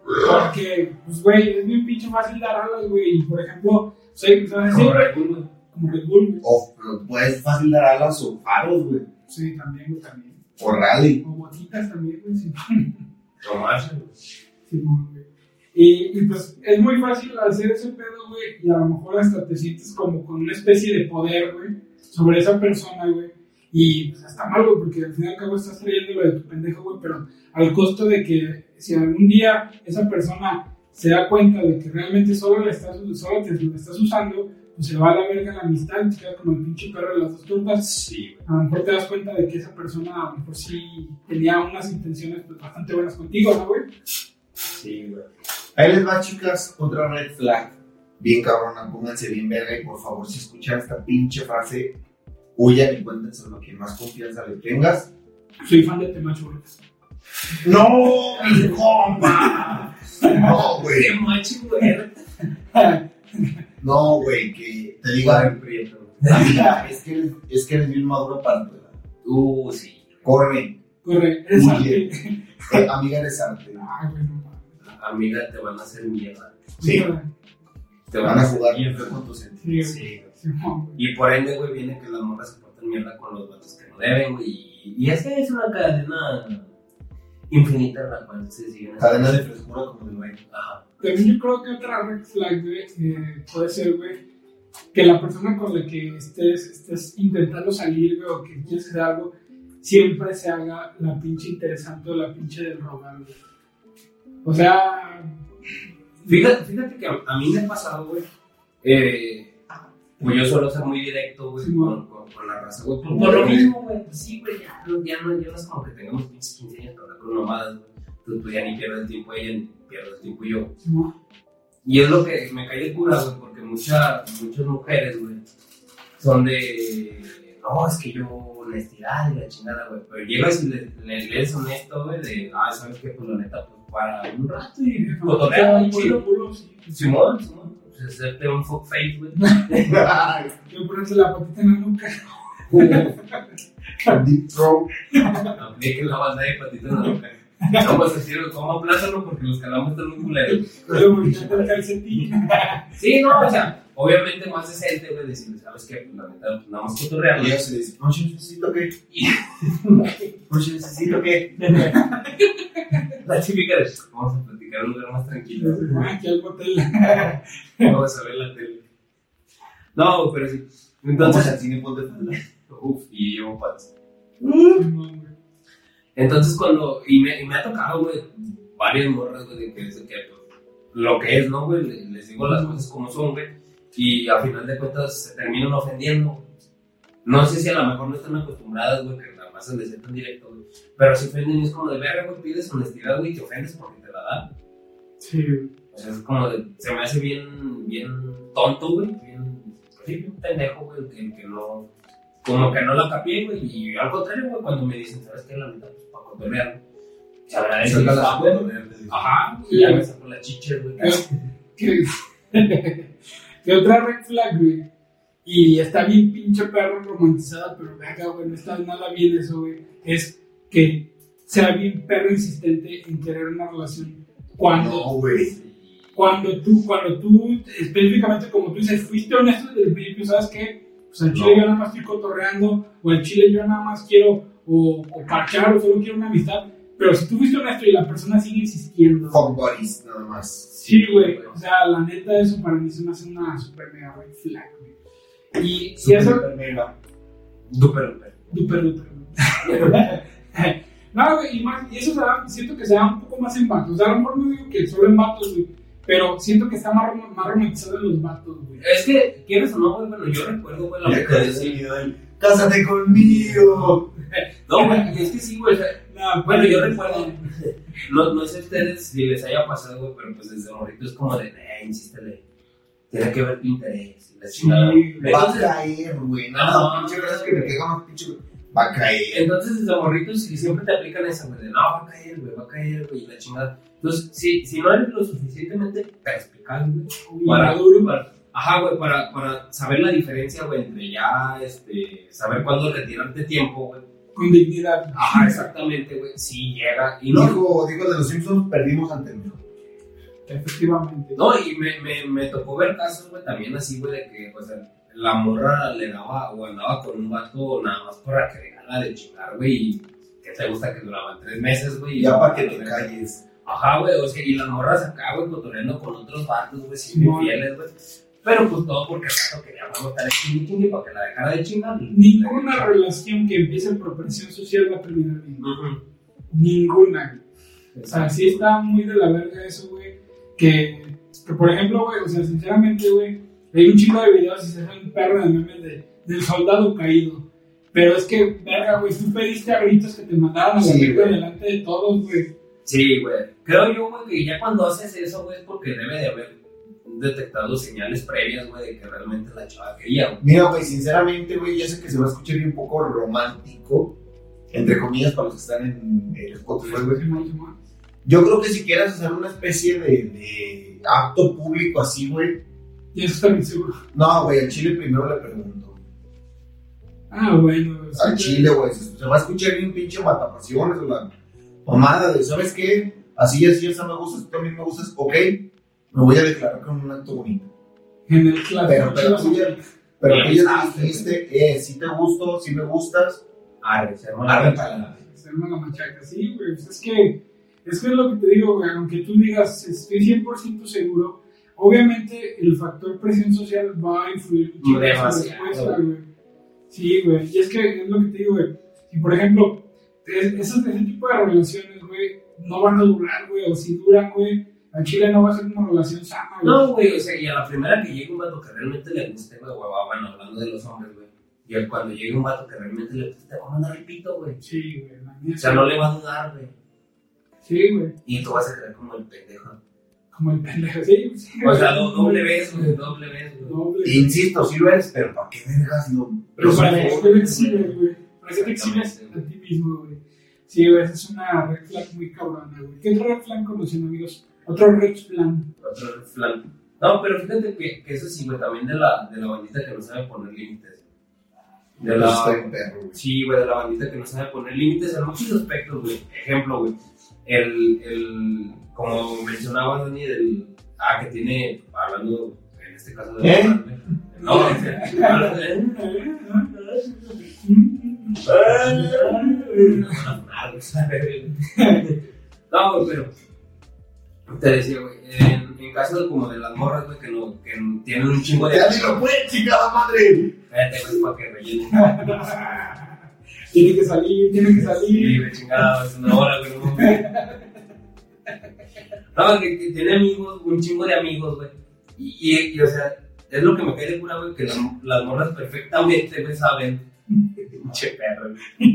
Porque, pues, güey, es bien pinche fácil dar alas, güey, y por ejemplo, como Red Bull, güey. O puedes fácil dar alas o faros, güey. Sí, también, güey, también. O rally. O botitas también, güey, sí. Tomarse, güey. Sí, güey. Y pues es muy fácil hacer ese pedo, güey, y a lo mejor hasta te sientes como con una especie de poder, güey, sobre esa persona, güey. Y pues está mal, güey, porque al fin y al cabo estás trayendo lo de tu pendejo, güey, pero al costo de que si algún día esa persona se da cuenta de que realmente solo te lo estás usando, pues se va a la verga la amistad y te quedas como el pinche perro de las dos turbas. Sí, güey. A lo mejor te das cuenta de que esa persona a lo mejor sí tenía unas intenciones pues, bastante buenas contigo, ¿no, güey? Sí, güey. Ahí les va, chicas, otra red flag. Bien cabrona, pónganse bien verga y por favor, si escuchan esta pinche frase, huyan y cuéntenselo a quien más confianza le tengas. Soy fan de Temachurras. ¡No, mi compa! No, güey. Qué macho, güey. No, güey, que te digan, amiga, es que eres bien maduro para tu edad. Sí. Corre, Eres huye. arte. Amiga, eres arte. Ay, güey, no mames. Amiga, te van a hacer mierda. Sí. Te Van a hacer jugar mierda. bien feo con tus sentimientos. Sí, Sí, güey. sí, güey. Y por ende, güey, viene que las morras se portan mierda con los vatos que no deben, güey. Y esa es una cadena infinita en la cual se siguen Cadena de frescura como de baile. Ajá. También yo creo que otra red flag, güey, puede ser, güey, que la persona con la que estés intentando salir, güey, o que quieres hacer algo, siempre se haga la pinche interesante o la pinche del rogar, güey. O sea... Fíjate que a mí me ha pasado, güey. Pues yo suelo ser muy directo, güey, Sí, con la raza, güey. Por lo mismo, güey. Pues sí, güey, ya no es como que tengamos pinches 15 años para hablar con mamadas, güey. Entonces, pues ya ni pierdo el tiempo ella, ni pierdo el tiempo yo. Sí, güey. Y es lo que me cae de cura, güey, porque muchas mujeres, güey, son de... No, es que yo honestidad y la chingada, güey. Pero llegas y le lees honesto, güey, de... ¿sabes qué? Pues la neta, pues para un rato y cotorrear, muy chido. Simón. Pues hacerte un fuck face, güey. Yo ponerse la patita en la nuca. Deep throat. Apliquen la banda de patitas en la boca. Vamos a decirlo, como plátano porque los calamos están muy culeros. Luego me quita el calcetín. Sí, no, o sea, obviamente más decente, güey, decirle, ¿sabes qué? Pues la neta, pues nada más cotorrear. Y ella se dice, no, yo necesito que. No, yo necesito que. La típica de, vamos a platicar en un lugar más tranquilo. Aquí al motel. Vamos a ver la tele. No, pero sí. Vamos Entonces, al cine, ponte falda. y llevo patas. No, güey. Entonces cuando, y me ha tocado, güey, varias morras, güey, de que pues, lo que es, ¿no, güey? Les digo las cosas como son, güey, y al final de cuentas se terminan ofendiendo. No sé si a lo mejor no están acostumbradas, güey, que la pasan de ser tan directo, güey, pero se ofenden y es como de verga, güey, pides honestidad, güey, y te ofendes porque te la dan. Sí, güey. O sea, es como de, se me hace bien tonto, güey, bien pendejo, güey, que no, como que no la capié, güey, y al contrario, güey, cuando me dicen, ¿sabes qué? La neta, pues, para cotorrear, se agradece, Saca está las bueno. fotos, Ajá, Sí. y ya me saco la chicha, güey. Que otra red flag, güey. Y está bien pinche perro romantizada, pero verga, güey, no está nada bien eso, güey. Es que sea bien perro insistente en querer una relación. No, güey. Cuando tú, específicamente como tú dices, fuiste honesto desde el principio, ¿sabes qué? Pues al chile yo nada más estoy cotorreando, o al chile yo nada más quiero o parchar, o solo quiero una amistad. Pero si tú fuiste honesto y la persona sigue insistiendo. Fuck buddies, nada más. Sí, güey. O sea, la neta, eso para mí se me hace una super mega red flag, güey. Y eso. Super mega. Duper. Duper. No, güey, y eso siento que se da un poco más en vatos. O sea, a lo mejor no digo que solo en vatos, güey. Pero siento que está más romantizado en los vatos, güey. Es que, ¿quieres o no, güey? Bueno, yo recuerdo, güey, la Ya mujer con decía. Cásate conmigo. No, güey, es que sí, güey, o sea, No, bueno, yo recuerdo, no sé a ustedes si les haya pasado, güey, pero pues desde morrito es como de, insístele, tiene que ver tu interés. Y la Sí, chingada. Va a Entonces, caer, güey. No. Nada, pinche gracias que me pega más pinche. Va a caer. entonces desde morritos y siempre te aplican esa, güey, de no, va a caer, güey, y la chingada. Entonces, si no eres lo suficientemente perspicaz, güey, ajá, güey, para saber la diferencia, güey, entre ya, saber cuándo retirarte tiempo, güey. Con dignidad. Ajá, exactamente, güey, sí llega. Y no, Dijo de los Simpsons, perdimos ante el mejor. Efectivamente. no, y me tocó ver casos, güey, también así, güey, de que, o sea, la morra le daba o andaba con un vato nada más para que dejara de chingar, güey, y que te gusta que duraban 3 meses, güey. Ya para que te calles. Ajá, güey, o sea, y las morras acá, güey, cotorreando con otros vatos, güey, sin infieles, güey. Pero pues todo porque el vato quería estar chingue para que la dejara de chingar. Ninguna relación que empiece por presión social va a terminar bien. Ninguna, güey. O sea, sí está muy de la verga eso, güey. Que por ejemplo, güey, o sea, sinceramente, güey, hay un chingo de videos y se hace un perro de memes del soldado caído. Pero es que, verga, güey, tú pediste a gritos que te mandaran a la verga delante de todos, güey. Sí, güey. Creo yo, güey, que ya cuando haces eso, güey, es porque debe de haber detectado señales previas, güey, de que realmente la chava quería, güey. Mira, güey, sinceramente, güey, ya sé que se va a escuchar un poco romántico, entre comillas, para los que están en Spotify, güey. Yo creo que si quieres hacer una especie de acto público así, güey. Y eso está bien seguro. No, güey, al chile primero le pregunto. Ah, bueno. Al chile, güey, se va a escuchar bien pinche matapasiones o la mamada de, ¿sabes qué? Así, esa me gusta, tú también me gustas, ok, me voy a declarar con un acto bonito. En el clase. Pero tú ya dijiste, si te gusto, si me gustas, arre para se arma la machaca, sí, güey, pues es que es lo que te digo, güey, aunque tú digas, estoy 100% seguro, obviamente el factor presión social va a influir mucho en esa respuesta, güey. Sí, güey, y es que es lo que te digo, güey, si por ejemplo, ese tipo de relaciones, güey, no van a durar, güey, o si duran, güey, a Chile no va a ser una relación sana, güey. No, güey, o sea, y a la primera que llegue un vato que realmente le guste, güey, bueno, hablando de los hombres, güey, y cuando llegue un vato que realmente le guste, te va a mandar el pito, güey. Sí, güey. O sea, no le va a dudar, güey. Sí, güey. Y tú vas a quedar como el pendejo. Como el pendejo, sí. O sea, doble vez, güey. Insisto, sí lo eres, pero ¿para qué vergas? Pero para que te exhibes, güey. Para que te exhibes a ti mismo, güey. Sí, güey, esa es una red flag muy cabrona, güey. ¿Qué otro red flag conocen, amigos? Otro red flag. No, pero fíjate que eso sí, güey, también de la bandita que no sabe poner límites. Sí, güey, de la bandita que no sabe poner límites en muchos aspectos, güey. Ejemplo, güey, como mencionaba Dani, que tiene, hablando en este caso de no, no, pero te decía, güey, en caso de como de las morras, güey, que tienen un chingo de... ¡Ya ni lo pueden, chingada madre! Cállate, güey, para que rellenen. Tiene que salir. Sí, güey, chingada, es una hora, güey, no, que tiene amigos, un chingo de amigos, güey, y o sea, es lo que me cae de cura, güey, que las morras perfectamente, güey, saben. Pinche perro,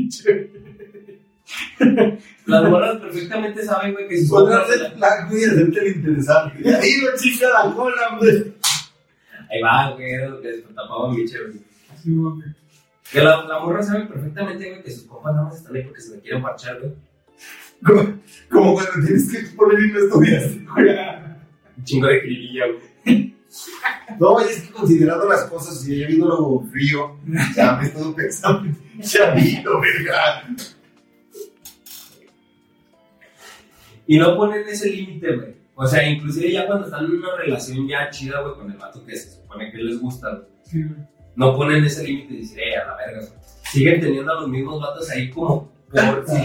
las morras perfectamente saben, güey, que si son... Podrás ser blanco y hacerte el interesante. Ahí lo chica la cola, güey. Ahí va, güey, era lo que tapaba mi chévere. Sí, güey. Que la morra sabe perfectamente, güey, que sus compas nada más están ahí porque se me quieren parchar, güey. Como cuando tienes que exponer y no estudias. Un chingo de jiribilla, güey. No, es que considerando las cosas, y ya viendo lo frío, ya me estoy pensando, ya vino, verga. Y no ponen ese límite, güey. O sea, inclusive ya cuando están en una relación ya chida, güey, con el vato que se supone que les gusta, güey. Sí, güey. No ponen ese límite y dicen, a la verga, güey. Siguen teniendo a los mismos vatos ahí como por sí.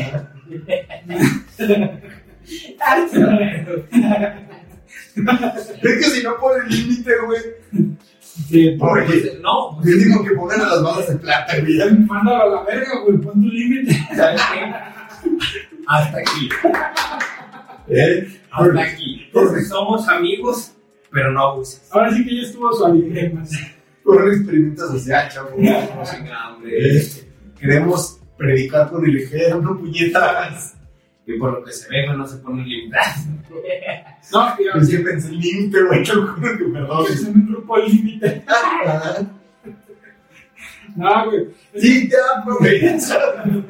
Es que si no ponen límite, güey. Sí, porque no, yo digo que pongan a las balas de plata, güey. Mándalo a la verga, güey, pon tu límite. ¿Sabes qué? Hasta aquí. Hasta aquí. Porque somos amigos, pero no abuses. Ahora sí que ya estuvo suave. Por un experimento social, chavo. Queremos predicar con el ejemplo, puñetas. Y por lo que se ve, güey, no se pone límites. No, es que pensé el límite, güey, te lo juro que perdón. Es en un grupo límite. No, güey. Sí, ya aprovecha.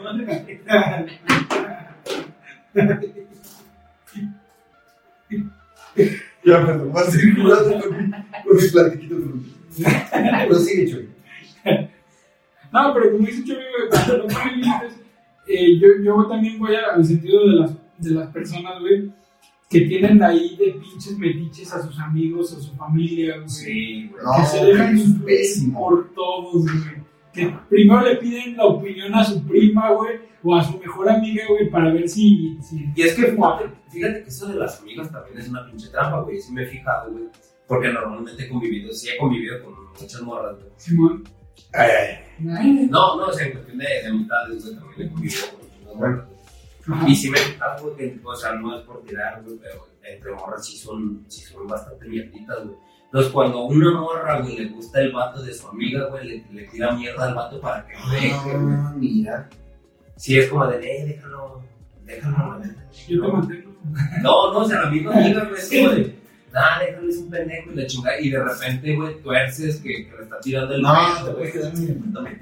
Ya, perdón, voy a seguir jugando con mi platiquito. Pero sigue, Chuy. No, pero como dice Chuy, cuando no ponen límites, yo también voy al sentido de las personas, güey, que tienen ahí de pinches metiches a sus amigos o su familia, güey. Sí, güey. Que se dejan es influir pésimo. por todos, güey. Que primero le piden la opinión a su prima, güey, o a su mejor amiga, güey, para ver si Y es que fíjate que eso de las amigas también es una pinche trampa, güey. Sí me he fijado, güey. Porque normalmente he convivido con muchas morras, güey. Simón. Ay. No, o sea, en cuestión de amistades, güey, también he convivido con muchas morras, güey. Ajá. Y sí me he fijado, güey, que, o sea, no es por tirar, güey, pero entre morras sí son bastante mierditas, güey. Entonces, cuando a una morra, güey, le gusta el vato de su amiga, güey, le tira mierda al vato para que lo deje, güey. Mira. Sí, es como de, déjalo, la neta. Yo te mantengo. No, o sea, la misma amiga, güey, es como de, déjalo, es un pendejo y la chingada. Y de repente, güey, tuerces que le está tirando el No, pedo, te güey. puedes quedar inmediatamente.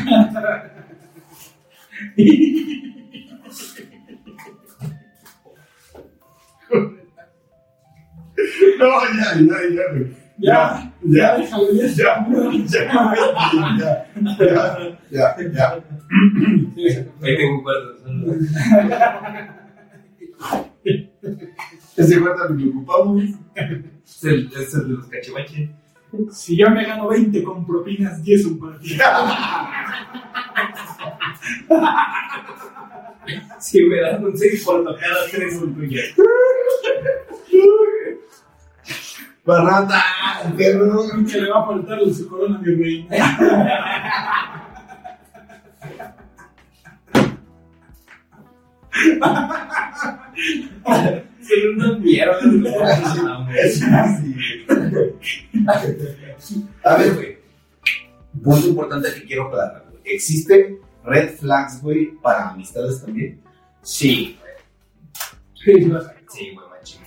No, güey. Ya, déjalo, Ya. Ahí tengo un cuarto. Ese cuarto lo que ocupamos. Es el de los cachivaches. Si yo me gano 20 con propinas, 10 son para ti. Si me dan un 6 por tocar a 3 son tuyas. Barrata, perro. Que le va a faltar su corona, mi reina. Son unas mierdas. A ver, güey. Punto importante que quiero aclarar, güey. ¿Existe red flags, güey, para amistades también? Sí, Sí, lo sé. sí, güey, machín.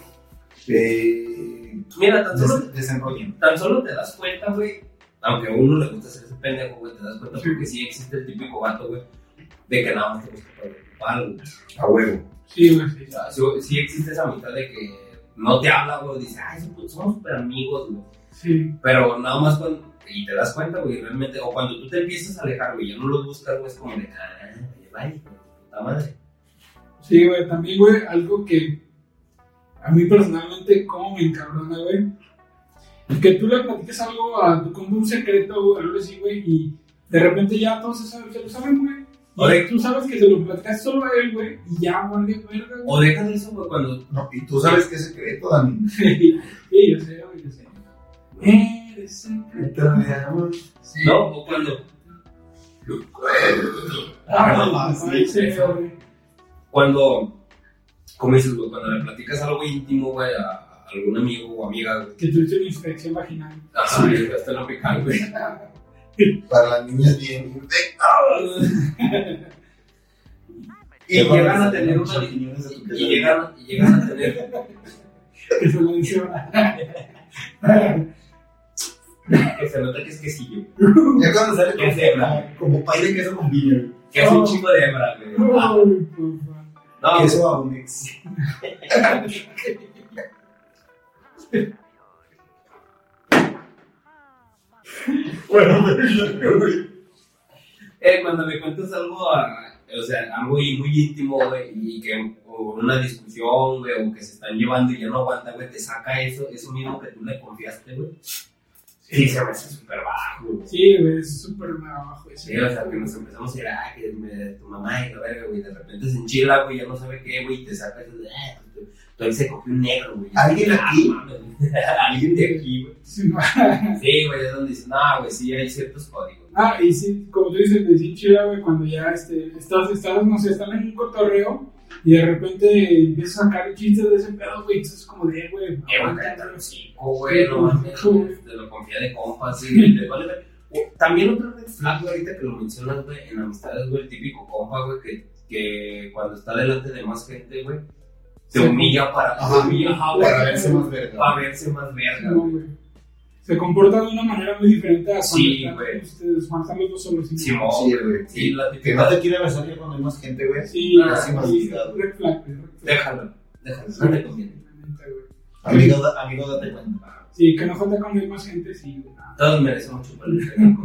Mira, Mira, desenrollen. tan solo te das cuenta, güey, aunque a uno le gusta hacer ese pendejo, güey, te das cuenta porque sí existe el típico vato, güey, de que nada más te gusta para algo. A huevo. Sí, güey, sí. O sea, sí existe esa mitad de que no te habla, güey, dice, ay, somos súper amigos, güey. Sí. Pero nada más y te das cuenta, güey, realmente, o cuando tú te empiezas a alejar, güey, ya no los buscas, güey, es como de, vaya, puta madre. Sí, güey, también, güey, algo que a mí personalmente, como me encabrona, güey, que tú le platiques algo a tu compa, un secreto, güey, algo así, güey, y de repente ya todos se lo saben, güey. Y tú sabes que se lo platicas solo a él, güey, y ya, vale, verga, güey. O dejan eso, güey, cuando... No, y tú sabes que es secreto, Dani. Sí, yo sé, güey, yo sé. Eres secreto. Sí. No, o cuando... Sí, sí, güey. Cuando, como dices, güey, cuando le platicas algo íntimo, güey, a algún amigo o amiga, güey. Que tuviste una infección vaginal. Ajá, y hasta en la pical, güey. Para las niñas bien infectadas. Y llegan a tener una... champiñones de tu Y llegan a tener... Que se lo dice ahora. Que se nota que es quesillo. Ya cuando sale ¿Qué es hebra? como pay de queso con piña. Que es un chingo de hembra, güey. Ay, por favor. No, Queso Abunex. Bueno, cuando me cuentas algo, o sea, algo muy íntimo, güey, y que o una discusión, güey, o que se están llevando y ya no aguanta, güey, te saca eso mismo que tú le confiaste, güey. Sí, se me hace súper bajo, güey. Sí, güey, es súper abajo. Sí, o sea, que nos empezamos a ir, que tu mamá y la verga, güey, de repente se enchila, güey, ya no sabe qué, güey, y te saca eso de, tú ahí se cogió un negro, güey. ¿Alguien aquí? Mames, alguien de aquí, güey. Sí, no. Sí, güey, es donde dices, no, güey, sí, hay ciertos códigos. Ah, y sí, como tú dices, me decís chida, güey, cuando ya estás, no sé, están en un cotorreo y de repente empiezas a sacar chistes de ese pedo, güey, entonces es como de, güey, Cállate los cinco, güey, no mames, te lo confía de compas, y te vale ver. También otro red flag, güey, ahorita que lo mencionas, güey, en amistades, güey, el típico compa, güey, que cuando está delante de más gente, güey, te humilla para verse más verga. Para verse más verga, no, güey. güey. Se comporta de una manera muy diferente a cuando Sí, están güey. ustedes, cuando están los dos solos. Simón, Sí, güey. sí, la Que típica. no te quiere besar ya cuando hay más gente, güey. Sí, Así más sí, ligado. red flag, güey, red flag. Déjalo, no te conviene. Neta, güey. Amigo, date cuenta. Sí, que no falta cuando hay más gente, sí, güey. Todos merecemos chuparle el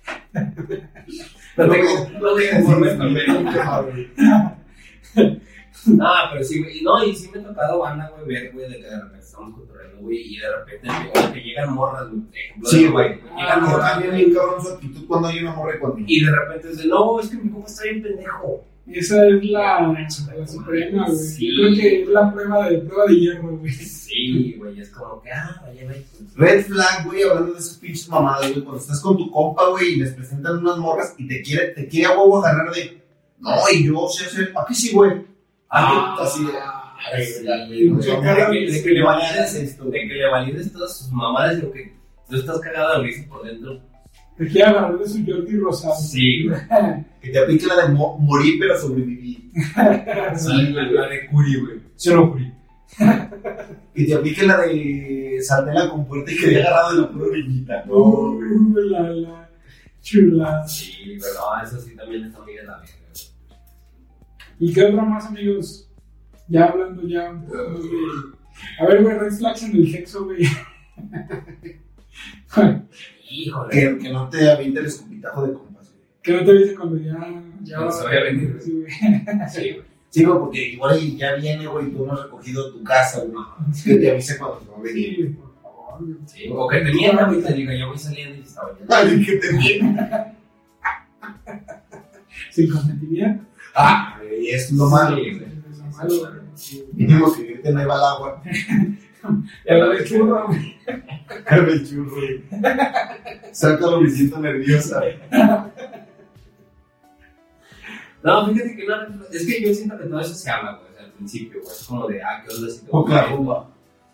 No te conformes con menos. Ah, pero sí, güey. No, y sí me ha tocado banda, güey, ver, güey, de que de repente estamos cotorreando, güey, y de repente que llegan morras, güey. Por ejemplo, Sí, de- güey. Llegan morras, También güey. bien cabrón su actitud cuando hay una morra y cuando no. Y de repente es de, no, es que mi compa está bien pendejo. Esa es la suprema, güey. Sí. Yo creo que es la prueba de hierro, güey. Sí, güey, es como que, vaya, güey. Red flag, güey, hablando de esas pinches mamadas, güey, cuando estás con tu compa, güey, y les presentan unas morras y te quiere a huevo agarrar de, no, y yo sé hacer, ¿a qué sí, güey? Así de, ay, güey, mucha no, cara de que le validas esto. De que le valides todas sus mamadas, lo que tú estás cagado de risa por dentro. Te quiere agarrar de su Jordi rosado. Sí, güey. Que te aplique la de morir pero sobrevivir. Sí, la de Curi, güey. Solo Curi. Que te aplique la de sal de la compuerta y que te haya agarrado de la pura orillita. La chula. Sí, pero no, eso sí también está muy de la verga. ¿Y qué otra más, amigos? Ya hablando ya un poco más de... A ver, güey, red flags en el sexo, güey. Híjole. Que no te aviente el escupitajo de compas, güey. Que no te dice cuando ya No se vaya a venir. Sí, güey. Sí, güey. Sí, güey, porque igual ahí ya viene, güey, y tú no has recogido tu casa, güey. Que te avise cuando te va a venir. Sí, por favor, güey. Sí, o que te mienta, güey, te diga, ya voy saliendo y te estaba yendo. Ay, que te viene. Sin consentimiento. Güey, es lo malo. Sí, güey. güey. Es lo malo, güey. Sí, güey. Mínimo que griten ahí va el agua. Ya lo de churro, güey. Carme el churro, güey. Sácalo, me siento nerviosa. No, fíjate que no, es que yo siento que todo eso se habla, güey, al principio, güey, es como de, ¿qué onda si te gusta Oklahoma.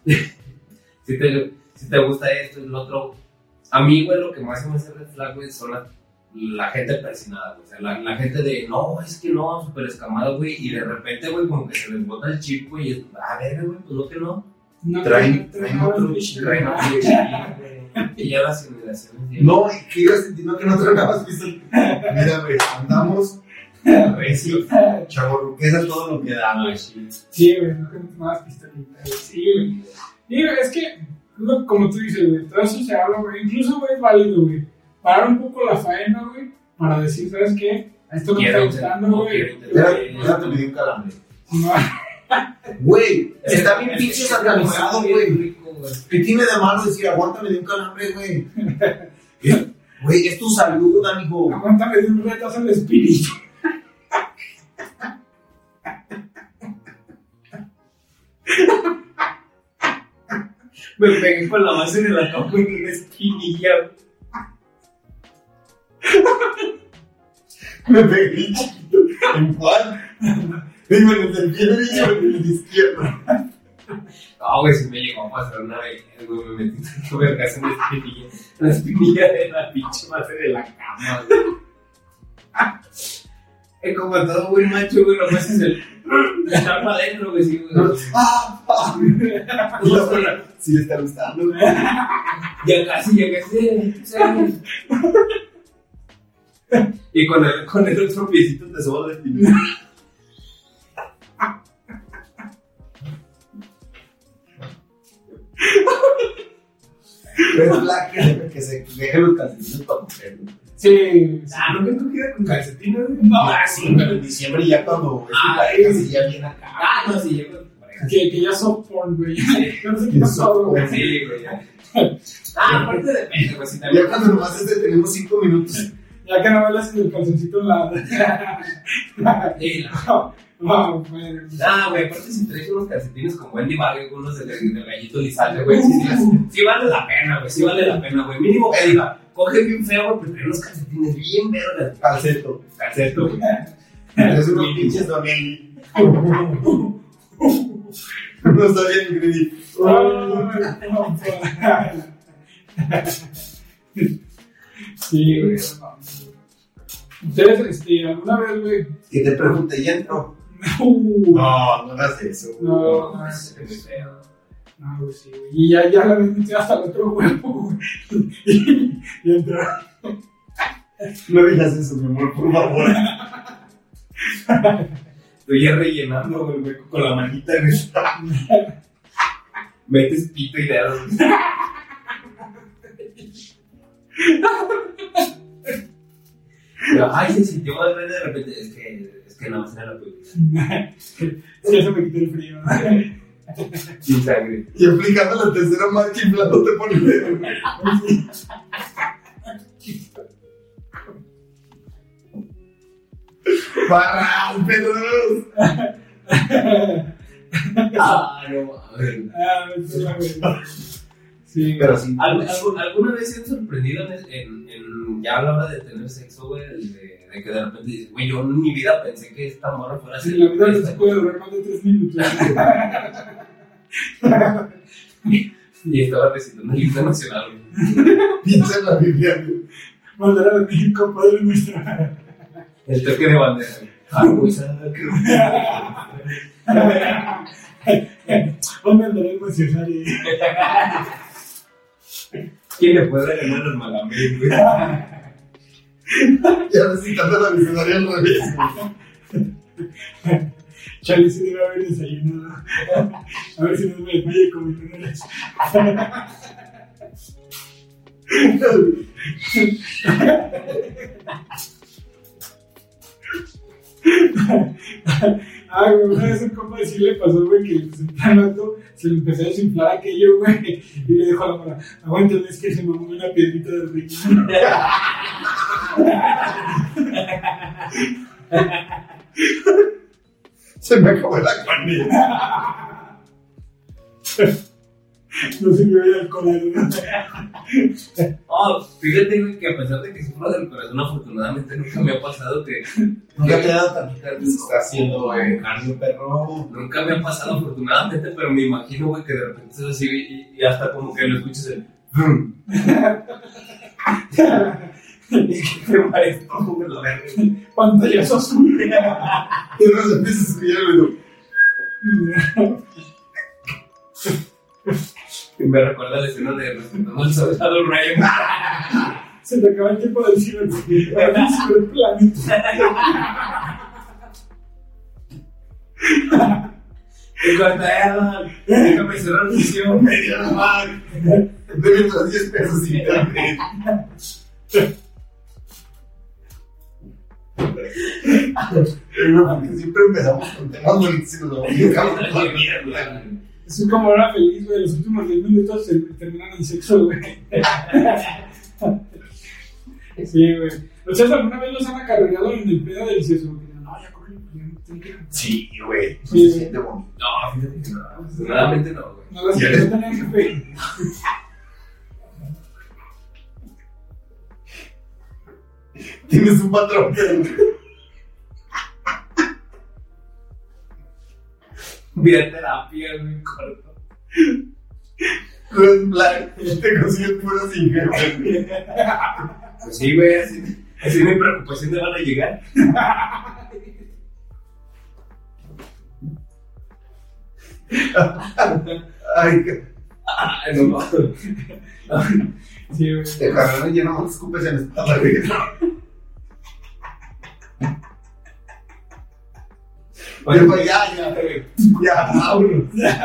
si te gusta esto y lo otro? A mí, güey, lo que más se me hace red flag, güey, son la gente persinada, güey, o sea, la gente de, no, es que no, súper escamada, güey, y de repente, güey, como que se les bota el chip, güey, y es, ver, güey, pues no que no. No, Traen no, otro no, chip, Traen no, otro chip, güey, y ya las generaciones ya- No, que ibas sintiendo que no tragabas piso. Mira, güey, andamos recio, chavorruquesa todo lo que da, güey. Sí, güey, no tenemos más pistolitas. Sí, güey. Y es que, como tú dices, güey, todo eso se habla, güey. Incluso, güey, es válido, güey. Parar un poco la faena, güey, para decir, ¿sabes qué? A esto no me está Quiero gustando, no güey. quiero Ya te me dio un calambre. No, Güey, está bien pinche Es que satanizado, bien güey. rico, güey. ¿Qué tiene de malo decir, aguántame de un calambre, güey? Güey, es tu salud, amigo. aguántame de un retazo al espíritu. Me pegué con la base de la cama en una espinilla. Me pegué chiquito. ¿En cuál? Digo, en el pie derecho o en el izquierdo. No, güey, si me llegó a pasar una vez, güey, me metí tanto vergas en la espinilla de la pinche base de la cama, güey. Es como todo buen macho, güey, nomás es el estar para adentro, güey, sí, güey. Sí le está gustando, güey. Ya casi, ¿sabes? Y con el otro piecito te soba la espinilla. Red flag que se deje los calcetines para coger, güey. Sí, ¿Nunca tú quieres con calcetines, güey? No, Sí, pero en diciembre ya cuando es tu pareja, sí, ya viene acá. No, sí, yo con tu pareja. que ya son porn, güey. Yo no sé qué pasó, güey. Sí, güey, ya. Aparte depende, güey, si Ya también... cuando nomás tenemos 5 minutos. Ya que no me haces el calzoncito en la. Sí, Wow, güey. güey, aparte si traes unos calcetines con Wendy Barrio, unos de gallito Lizalde, güey, sí vale la pena, güey, sí vale la pena, güey. Mínimo que diga, coge bien feo, güey, pero trae unos calcetines bien verdes. Calceto. Calceto, güey. Es unos pinches Donelli. No está bien, Grady. Sí, güey. Ustedes, alguna vez, güey. Que te pregunte, ¿ya entró? No, No hagas eso. no, No, es muy feo. no, güey, sí, güey. Y ya le habían metido hasta el otro huevo, güey. Y entró. No digas eso, mi amor, por favor. Estoy ya rellenando, güey, hueco con la manita, güey. Metes pito y dedos. Ay, se sintió más grande de repente. Es que que nada más era la película. Sí, eso me quitó el frío. Sin sangre. Y aplicando la tercera marcha inflándote por el dedo. ¡Barras, Pedros! No, sí, pero sí. ¿Alguna vez se han sorprendido en ya a la hora de tener sexo, güey? De que de repente dices, güey, yo en mi vida pensé que esta morra fuera así. En la vida no se puede durar más de 3 minutos. Y estaba recitando el himno nacional, güey. Piensa en la Biblia, güey. Bandera de México, Padre nuestro. El toque de bandera, güey. ¿Dónde andará el emocionario? ¿Quién le puede ganar los malamés, güey? Ya necesitando la visionaria al revés, güey. Charlie se debe haber desayunado. A ver si no me desmaye como tú no eres. Güey, una vez un compa sí le pasó, güey, que pues, en plan alto se le empezó a desinflar aquello, güey, y le dijo a la mora, aguántame, es que se me movió una piedrita de rico. Se me acabó el acuario. No sirvió el alcohol, ¿no? Fíjate, güey, que a pesar de que sufro del corazón, afortunadamente nunca me ha pasado que. Nunca te ha dado tan que se está haciendo carne, perro. Nunca me ha pasado, afortunadamente, pero me imagino, güey, que de repente es así y hasta como que lo escuches el. Y que te maestro, güey, la verga. Pantallazo azul. Y uno se empieza a escribir el video. Y me recuerda la escena de Respetando el Soldado Ryan. Se te acaba el tiempo del ciber porque va a ciberplaneta. Y cuando déjame cerrar la sesión. Media la madre. Debe otras 10 pesos y internet. Porque siempre empezamos con temas bonitos y nos vamos a la mierda. Es como hora feliz, güey. Los últimos 10 minutos se terminan en sexo, güey. Sí, güey. ¿Ustedes alguna vez los han acarreado en el pedo delicioso? No, ya corre, Sí, güey. Sí, Se siente bonito. No, fíjate que no. Afortunadamente no, güey. No, las que no tenían jefe. Tienes un patrón. Vi a terapia, güey, corto. Red Black, te consigues puros ingenuos. Pues sí, güey, así mi preocupación de van a llegar. Ay, qué. No. Sí, güey. Te cargaron lleno más escupes en esta barriga. Oye, pues ya, vámonos.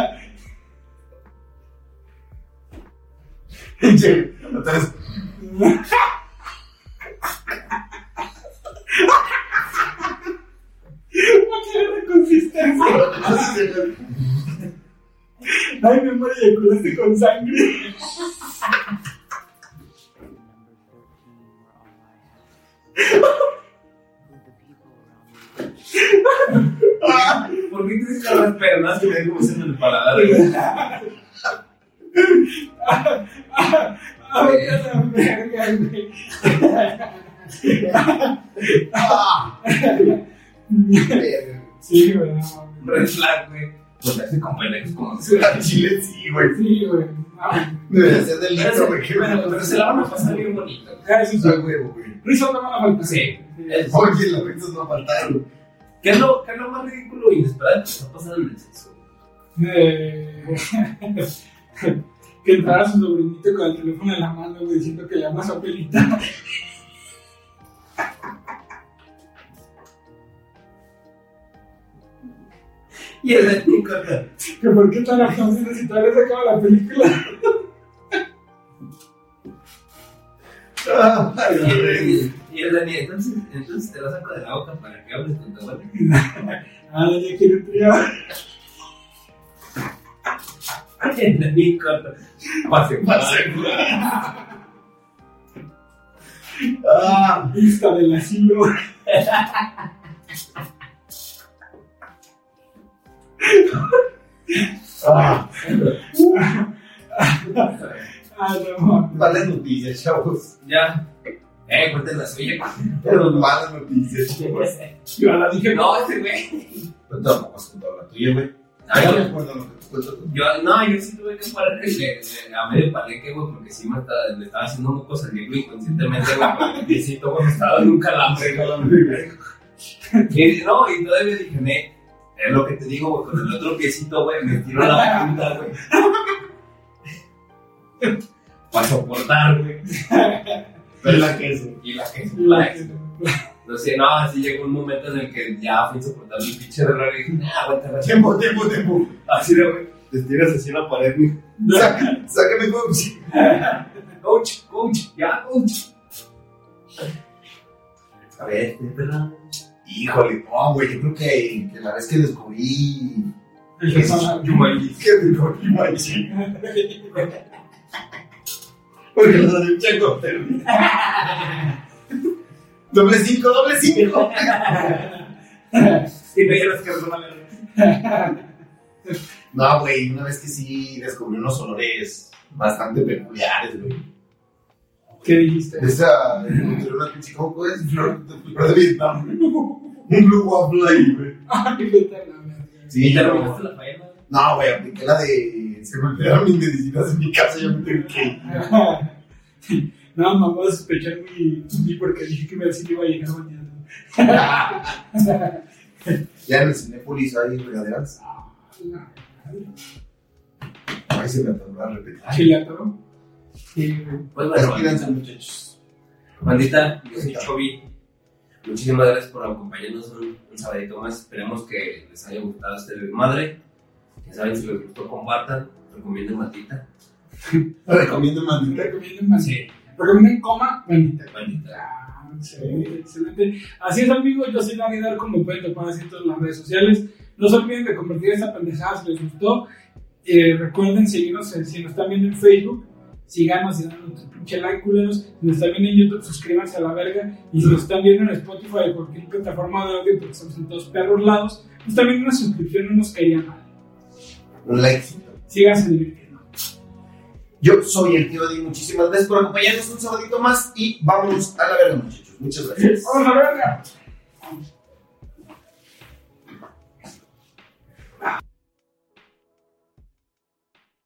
Che, entonces. No tiene consistencia. Ay, mi amor, eyaculaste con sangre. ¿Por qué tienes que las pernas que me dejo en el paladar, güey? Ay, a la verga, güey. Sí, güey, no. Red flag, güey. Pues hace con pendejos como A Chile sí, güey. Sí, güey. Debería ser del litro, güey. Pero se la van a pasar bien bonito. Eso sí. Soy huevo, güey. Risas no van a faltar. Sí. Oye, las risas no faltaron. ¿Qué es lo más ridículo e inesperado que está pasando en el sexo? Que entrara su sobrinito con el teléfono en la mano, güey, diciendo que le llama a su abuelita. Y el técnico acá. Que por qué tan aplaudido si todavía se acaba la película. Ay, Y Y el Dani, entonces te la saco de la boca para que hables con tu abuela. Ya quiero triar. El Dani corta. Pase. Vista del asilo. No. Malas noticias, chavos. Ya. Cuenten la suya. Pero malas noticias, chavos. Yo la dije, No, ese güey. Pero tampoco has contado la tuya, güey. Ay, No me acuerdo lo que te cuento tú. yo sí tuve que parar a medio palenque, güey, porque sí le estaba haciendo mocos al libro inconscientemente, güey, con el piecito, güey, me estaba dando un calambre, güey. Y todavía dije, es lo que te digo, güey, con el otro piecito, güey, me tiró la punta, güey. Para soportar, güey. Pero la queso. Y la queso. No sé, así llegó un momento en el que ya fue insoportable el pinche dolor y dije, aguanta. Tiempo. Así de, güey, te estiras así en la pared, güey. Sácame, coach. Coach, A ver, ¿verdad? Híjole, no, güey, yo creo que la vez que descubrí Yumanji. Porque lo de un checo. Doble cinco. Y me dijeron que era una verga. No, güey, una vez que sí descubrí unos olores bastante peculiares, güey. ¿Qué dijiste? Esa, una pinche, ¿cómo es? Flor de Vietnam. Un blue waffle ahí, güey. Ay, vete a la verga. Sí, ¿Y ya terminaste la faena? No, güey, apliqué la de. Se me olvidaron mis medicinas en mi casa, ya me tengo que ir. No, mamá va a sospechar muy porque dije que me decía que iba a llegar mañana. Ya en el Cinépolis hay regaderas. Ay, se me atoró la repetir. ¿Chileatoro? Pues bueno, Despídanse, muchachos. bandita, yo soy Chovy. Muchísimas gracias por acompañarnos un sabadito más. Esperemos que les haya gustado este desmadre. Ya saben, si les gustó, compartan. Recomienden Matita. Recomiendo mandita. Recomienden más. Sí, Recomienden coma, bandita. Matita. Excelente. Así es, amigos. Yo soy Dani Dar, como pueden topar así en todas las redes sociales. No se olviden de compartir esta pendejada si les gustó. Recuerden seguirnos si nos están viendo en Facebook. Síganos y danos un pinche like, culeros. Si nos están viendo en YouTube, suscríbanse a la verga. Y si nos están viendo en Spotify o cualquier plataforma de audio, porque estamos en todos perros lados, pues también una suscripción no nos caería mal. Un like. Síganse divirtiendo. Yo soy el tío Di. Muchísimas gracias por acompañarnos un sabadito más. Y vámonos a la verga, muchachos. Muchas gracias. ¡Vamos a la verga!